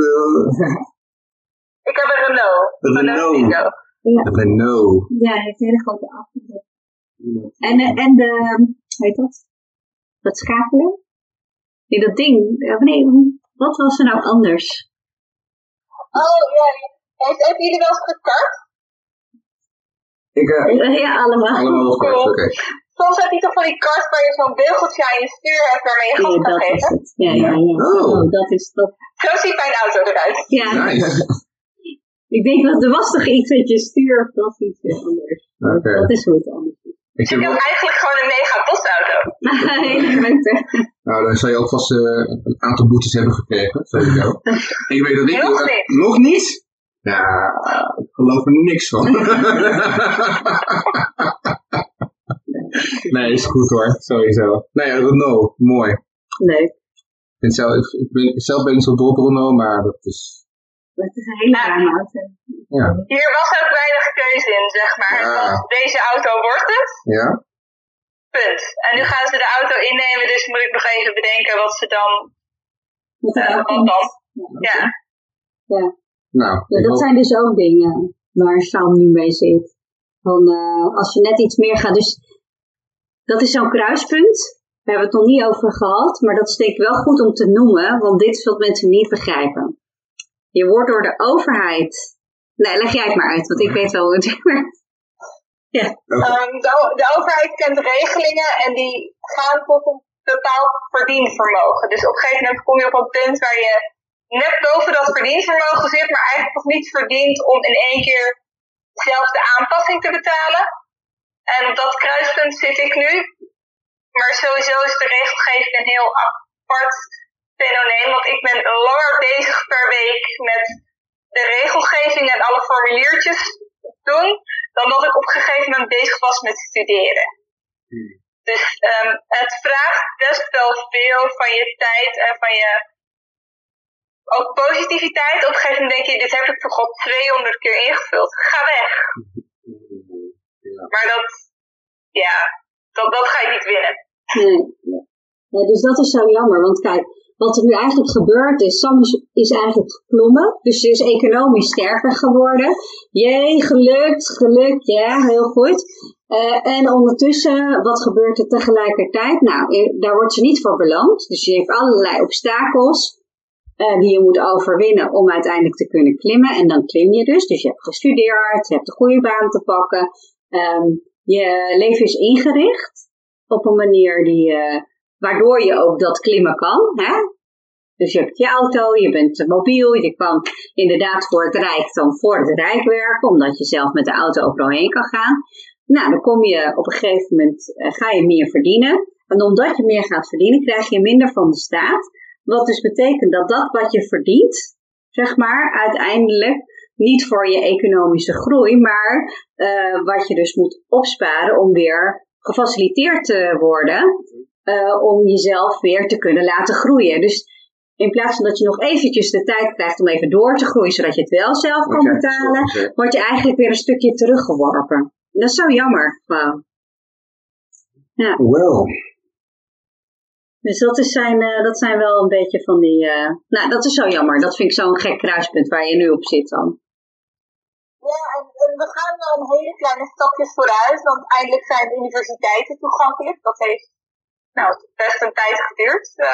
H: Ik heb een Renault.
G: Een Renault.
I: Ja.
G: Een Renault.
I: Ja, hij heeft een hele grote auto. En, en de, weet dat? Dat schakelen? Nee, dat ding. Nee, wat was er nou anders?
H: Oh, ja. Hebben jullie wel eens gekart?
G: Ik, uh,
I: ja, allemaal.
G: Allemaal wel kort, oké. Okay.
H: Soms heb je toch van die kart waar je zo'n beeldeltje aan je stuur hebt waarmee je gas
I: ja,
H: kan
I: dat
H: geven?
I: Is het. Ja, ja, ja.
G: Oh.
I: oh, dat is dat.
H: Zo ziet mijn auto eruit.
I: Ja.
G: Nice.
I: Ik denk dat er was toch iets met je stuur of dat iets anders.
G: Okay.
I: Dat is hoe het anders is.
H: Ik, ik heb eigenlijk gewoon een mega bosauto.
G: Nou, dan zou je ook vast uh, een aantal boetes hebben gekregen. Sowieso. Ik weet dat ik...
H: Nog
G: uh,
H: niet.
G: Nog niet? Ja, ik geloof er niks van. Nee, is goed hoor, sowieso. Nou ja, Renault, mooi.
I: Leuk.
G: Ik ben zelf, ik ben, zelf ben ik zo dol op Renault, maar dat is...
I: Dat is een hele ruime auto.
G: Ja.
H: Hier was ook weinig keuze in, zeg maar.
G: Ja.
H: Want deze auto wordt het.
G: Ja.
H: Punt. En nu gaan ze de auto innemen, dus moet ik nog even bedenken wat ze dan...
I: Wat,
H: uh, wat dan? Ja.
I: Ja.
G: Nou,
I: ja, dat hoop... zijn dus ook dingen waar Sam nu mee zit. Van, uh, als je net iets meer gaat, dus dat is zo'n kruispunt. We hebben het nog niet over gehad, maar dat is denk ik wel goed om te noemen, want dit is wat mensen niet begrijpen. Je wordt door de overheid... Nee, leg jij het maar uit, want ik weet wel hoe het werkt. Ja.
H: Um, de, de overheid kent regelingen en die gaan tot een bepaald verdienvermogen. Dus op een gegeven moment kom je op een punt waar je net boven dat verdienvermogen zit, maar eigenlijk nog niet verdient om in één keer zelf de aanpassing te betalen. En op dat kruispunt zit ik nu. Maar sowieso is de regelgeving een heel apart fenomeen, want ik ben langer bezig per week met de regelgeving en alle formuliertjes doen, dan dat ik op een gegeven moment bezig was met studeren. Hmm. Dus um, het vraagt best wel veel van je tijd en van je ook positiviteit. Op een gegeven moment denk je, dit heb ik toch al tweehonderd keer ingevuld. Ga weg. Ja. Maar dat, ja, dat, dat ga je niet winnen.
I: Nee, ja, dus dat is zo jammer. Want kijk, wat er nu eigenlijk gebeurd is, Sam is, is eigenlijk geklommen. Dus ze is economisch sterker geworden. Jee, gelukt, gelukt, ja, heel goed. Uh, en ondertussen, wat gebeurt er tegelijkertijd? Nou, daar wordt ze niet voor beloond. Dus je heeft allerlei obstakels uh, die je moet overwinnen om uiteindelijk te kunnen klimmen. En dan klim je dus. Dus je hebt gestudeerd, je hebt een goede baan te pakken. Um,
B: je leven is ingericht op een manier die, uh, waardoor je ook dat klimmen kan. Hè? Dus je hebt je auto, je bent mobiel, je kan inderdaad voor het Rijk dan voor het Rijk werken, omdat je zelf met de auto overal heen kan gaan. Nou, dan kom je op een gegeven moment, uh, ga je meer verdienen. En omdat je meer gaat verdienen, krijg je minder van de staat. Wat dus betekent dat dat wat je verdient, zeg maar, uiteindelijk niet voor je economische groei, maar uh, wat je dus moet opsparen om weer gefaciliteerd te worden, uh, om jezelf weer te kunnen laten groeien. Dus in plaats van dat je nog eventjes de tijd krijgt om even door te groeien, zodat je het wel zelf kan betalen, word je eigenlijk weer een stukje teruggeworpen. En dat is zo jammer. Wow. Ja.
G: Well.
B: Dus dat, is zijn, uh, dat zijn wel een beetje van die... Uh, nou, dat is zo jammer. Dat vind ik zo'n gek kruispunt waar je nu op zit dan.
H: Ja, en, en we gaan wel een hele kleine stapjes vooruit, want eindelijk zijn de universiteiten toegankelijk. Dat heeft nou, best een tijd geduurd. Uh,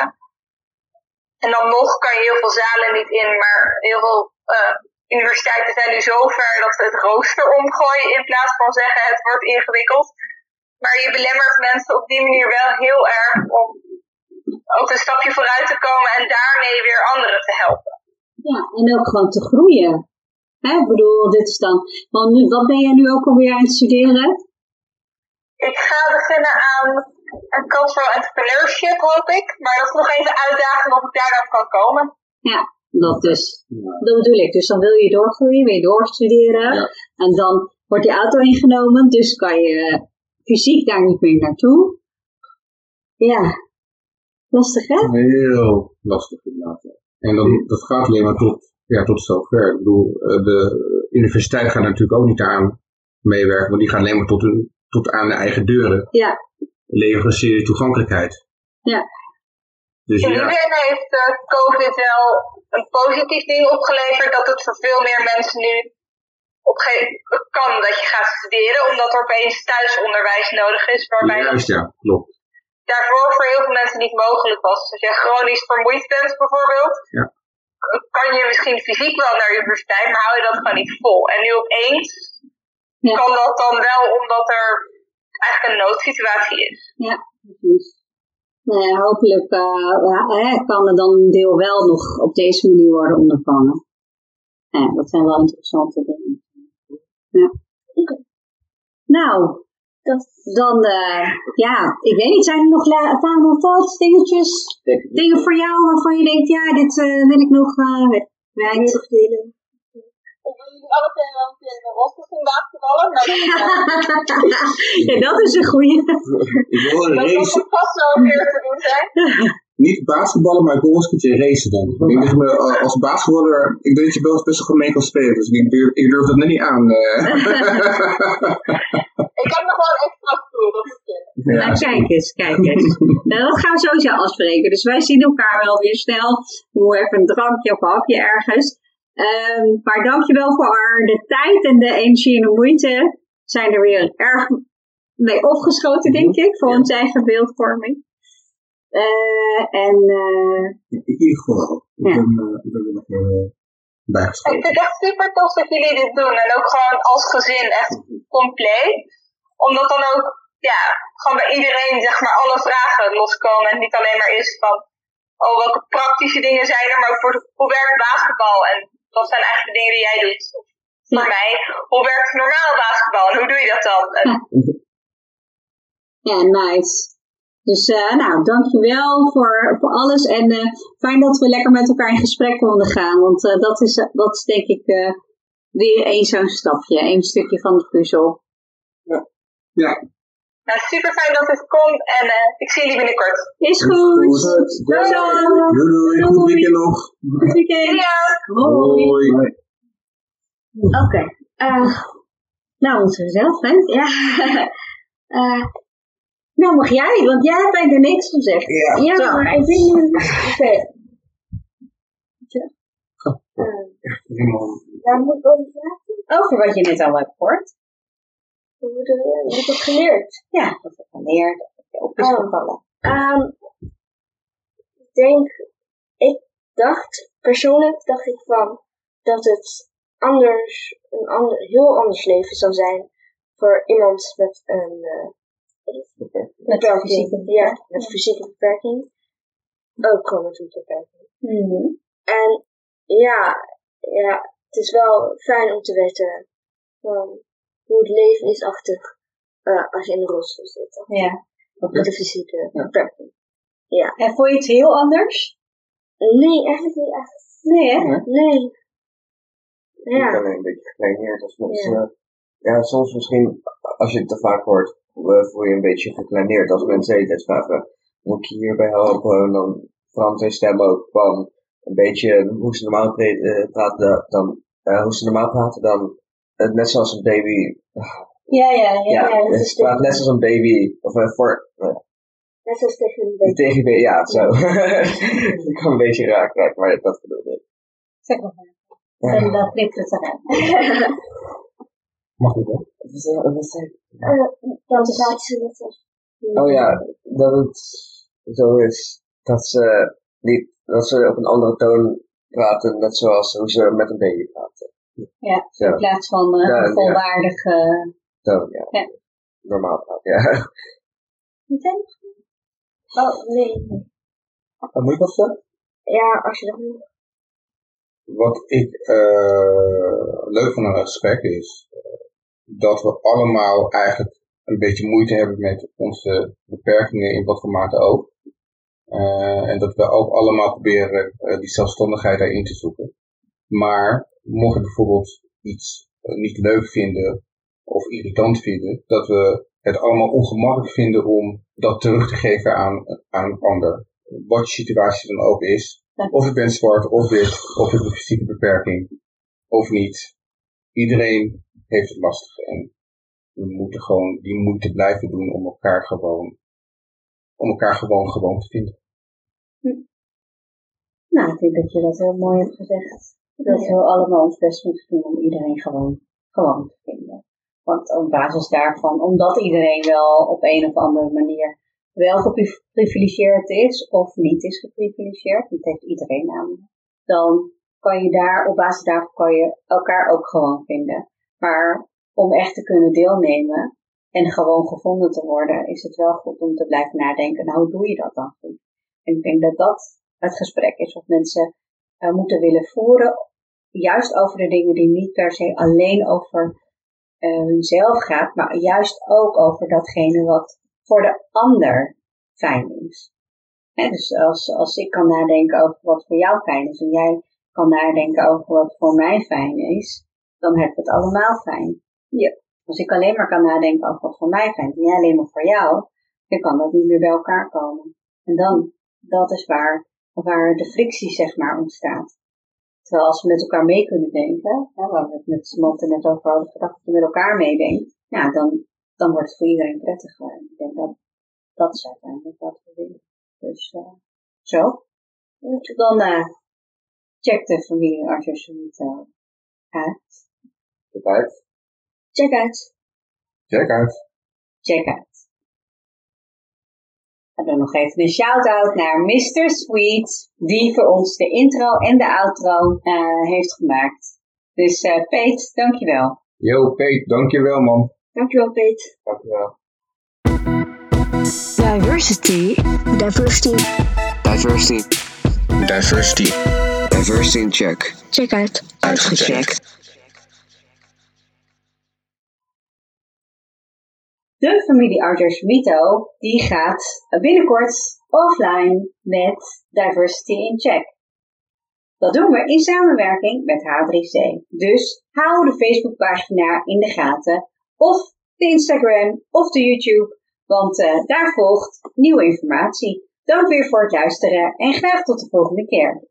H: en dan nog kan je heel veel zalen niet in, maar heel veel uh, universiteiten zijn nu zo ver dat ze het rooster omgooien in plaats van zeggen het wordt ingewikkeld. Maar je belemmert mensen op die manier wel heel erg om ook een stapje vooruit te komen en daarmee weer anderen te helpen.
B: Ja, en ook gewoon te groeien. Hè, ik bedoel, dit is dan... Want nu, wat ben jij nu ook alweer aan het studeren?
H: Ik ga beginnen aan een cultural entrepreneurship, hoop ik. Maar dat is nog even uitdaging of ik daar dan kan komen.
B: Ja, dat dus. Dat bedoel ik. Dus dan wil je doorgroeien, wil je doorstuderen. Ja. En dan wordt je auto ingenomen, dus kan je fysiek daar niet meer naartoe. Ja, lastig hè?
G: Heel lastig inderdaad. En dan, dat gaat alleen maar tot, ja, tot zover. Ik bedoel, de universiteit gaat natuurlijk ook niet aan meewerken, want die gaat alleen maar tot, hun, tot aan de eigen deuren.
B: Ja.
H: Leveren
G: toegankelijkheid.
B: Ja.
H: Dus in ja. iedereen heeft uh, COVID wel een positief ding opgeleverd, dat het voor veel meer mensen nu op ge- kan dat je gaat studeren, omdat er opeens thuisonderwijs nodig is, waarbij
G: Juist, ja, klopt.
H: daarvoor voor heel veel mensen niet mogelijk was. Als je chronisch vermoeid bent bijvoorbeeld,
G: ja.
H: kan je misschien fysiek wel naar de universiteit, maar hou je dat gewoon niet vol. En nu opeens ja. kan dat dan wel, omdat er eigenlijk een noodsituatie is.
B: Ja, precies. Nou ja, hopelijk uh, kan er dan een deel wel nog op deze manier worden ondervangen. Ja, dat zijn wel interessante dingen. Ja. Okay. Nou, dat, dan, uh, ja, ik weet niet, zijn er nog la- final thoughts, dingetjes, dingen voor jou waarvan je denkt, ja, dit uh, wil ik nog uh, delen.
H: Ik wil jullie alle twee wel een keer in de roster zien basketballen. Maar
B: ja, dat is een goeie.
G: Ik wil een race.
H: Dat moet vast wel een keer te doen zijn.
G: Niet basketballen, maar ik wil eens een keertje racen dan. Ik denk dat je me als basketballer, ik denk dat je best, best wel gemeen kan spelen. Dus ik durf, ik durf dat net niet aan. Uh.
H: Ik heb nog wel een extra stoel, dat is het.
B: Ja. Nou, kijk eens, kijk eens. Nou, dat gaan we sowieso afspreken. Dus wij zien elkaar wel weer snel. We moeten even een drankje of een hapje ergens. Um, maar dankjewel voor de tijd en de energie en de moeite. Zijn er weer erg mee opgeschoten, denk ik, voor ja. ons eigen beeldvorming. Uh, en uh,
G: in ieder geval, ik ja. ben, uh, ik ben er nog uh, bijgeschoten.
H: Ik vind het echt super tof dat jullie dit doen. En ook gewoon als gezin echt compleet. Omdat dan ook, ja, gewoon bij iedereen zeg maar alle vragen loskomen. En niet alleen maar is van, oh welke praktische dingen zijn er, maar ook voor de, hoe werkt basketbal? En dat zijn eigenlijk de dingen die jij doet. Voor ja. mij, hoe werkt normaal basketbal en hoe doe je dat dan?
B: Ja, nice. Dus uh, nou, dankjewel voor, voor alles. En uh, fijn dat we lekker met elkaar in gesprek konden gaan. Want uh, dat, is, uh, dat is denk ik uh, weer één zo'n stapje. Één stukje van de puzzel.
G: Ja. Ja.
H: Nou, super fijn dat het komt. En uh, ik zie jullie binnenkort.
B: Is goed.
G: Doei doei. Doei doei. Goed weekend nog.
B: Goed weekend.
H: Ja.
G: Hoi. Hoi.
B: Oké. Okay. Uh, nou, moeten we zelf, hè? Ja. uh, Nou mag jij, want jij hebt eigenlijk er niks gezegd.
G: Ja,
I: ja
B: Zo.
I: maar ik weet niet... Oké. Daar moet ik over praten?
B: Over wat je net al hebt gehoord.
I: Wat heb ik geleerd?
B: Ja, wat heb je geleerd? Dat heb je op is gevallen.
I: Um, ik denk... Ik dacht, persoonlijk dacht ik van... Dat het anders, een ander, heel anders leven zou zijn... voor iemand met een uh, beperking, ja, met fysieke beperking, ook gewoon met een beperking.
B: Mm-hmm.
I: En ja, ja, het is wel fijn om te weten um, hoe het leven is achter uh, als je in een rolstoel zit.
B: Ja.
I: Met een fysieke beperking. Ja.
B: En vond je het heel anders?
I: Nee, eigenlijk niet echt.
B: Nee, hè?
I: Nee. nee.
E: Ja.
I: Ja.
E: Ik ben een beetje gekleineerd als mensen. Ja. ja, soms misschien, als je het te vaak hoort, voel je een beetje gekleineerd. Als mensen de hele tijd vragen, moet ik je hierbij helpen? En dan verandert hun stem ook van een beetje hoe ze normaal pre- praten, dan, uh, hoe ze normaal praten, dan uh, net zoals een baby.
B: Ja, ja, ja.
E: Ja,
B: ja
E: het praat net zoals een baby, of uh, voor... Uh,
I: net zoals tegen een baby.
E: Tegen een baby, ja, zo. Ik kan een beetje raar krijgen, maar dat bedoelde ik.
B: Zeg nog maar. En dat knipt het eruit.
G: Mag ik, hè?
E: Wat zei je?
I: Dan praat ze net als...
E: Oh ja, dat het zo is dat ze niet, dat ze op een andere toon praten, net zoals hoe ze met een baby praten.
B: Ja,
E: zo.
B: In plaats van uh,
E: Dan,
B: een volwaardige...
E: Ja. Toon, ja.
B: ja.
E: Normaal praten, ja.
I: Meteen? Oh, nee.
G: Wat moet ik dat zeggen?
I: Ja, als je dat moet.
G: Wat ik uh, leuk van een gesprek is, uh, dat we allemaal eigenlijk een beetje moeite hebben met onze beperkingen in wat voor mate ook. Uh, en dat we ook allemaal proberen uh, die zelfstandigheid daarin te zoeken. Maar mocht je bijvoorbeeld iets uh, niet leuk vinden of irritant vinden, dat we het allemaal ongemakkelijk vinden om dat terug te geven aan, aan een ander. Wat je situatie dan ook is. Of je bent zwart, of wit, of je hebt een fysieke beperking, of niet. Iedereen heeft het lastig en we moeten gewoon die moeite blijven doen om elkaar gewoon, om elkaar gewoon gewoon te vinden.
B: Hm. Nou, ik denk dat je dat heel mooi hebt gezegd. Dat ja. we allemaal ons best moeten doen om iedereen gewoon, gewoon te vinden. Want op basis daarvan, omdat iedereen wel op een of andere manier wel geprivilegeerd is of niet is geprivilegeerd, dat heeft iedereen namelijk, dan kan je daar, op basis daarvan kan je elkaar ook gewoon vinden. Maar om echt te kunnen deelnemen en gewoon gevonden te worden, is het wel goed om te blijven nadenken, nou hoe doe je dat dan goed? En ik denk dat dat het gesprek is wat mensen uh, moeten willen voeren, juist over de dingen die niet per se alleen over uh, hunzelf gaat, maar juist ook over datgene wat voor de ander fijn is. He, dus als, als ik kan nadenken over wat voor jou fijn is en jij kan nadenken over wat voor mij fijn is, dan hebben we het allemaal fijn. Ja. Als ik alleen maar kan nadenken over wat voor mij fijn is en jij alleen maar voor jou, dan kan dat niet meer bij elkaar komen. En dan, dat is waar, waar de frictie zeg maar ontstaat. Terwijl als we met elkaar mee kunnen denken, hè, waar we het met Samantha net over hadden gedacht, dat je met elkaar meedenkt, ja, dan, dan wordt het voor iedereen prettiger. Ik denk dat dat is uiteindelijk wat we willen. Dus uh, zo. Dan uh, check de familie Arthur-Sumito uit.
E: Check uit.
I: Check uit.
G: Check uit.
B: Check uit. En dan nog even een shout-out naar mister Sweet, die voor ons de intro en de outro uh, heeft gemaakt. Dus uh, Peet, dankjewel.
G: Yo, Peet, dankjewel man.
I: Dankjewel, Peet.
E: Dankjewel.
A: Diversity.
C: Diversity.
D: Diversity. Diversity.
C: Diversity in check.
I: Check uit.
D: Uitgecheckt.
B: De familie Arthur-Sumito, die gaat binnenkort offline met Diversity in Check. Dat doen we in samenwerking met H drie C. Dus hou de Facebookpagina in de gaten, of de Instagram, of de YouTube, want uh, daar volgt nieuwe informatie. Dank weer voor het luisteren en graag tot de volgende keer.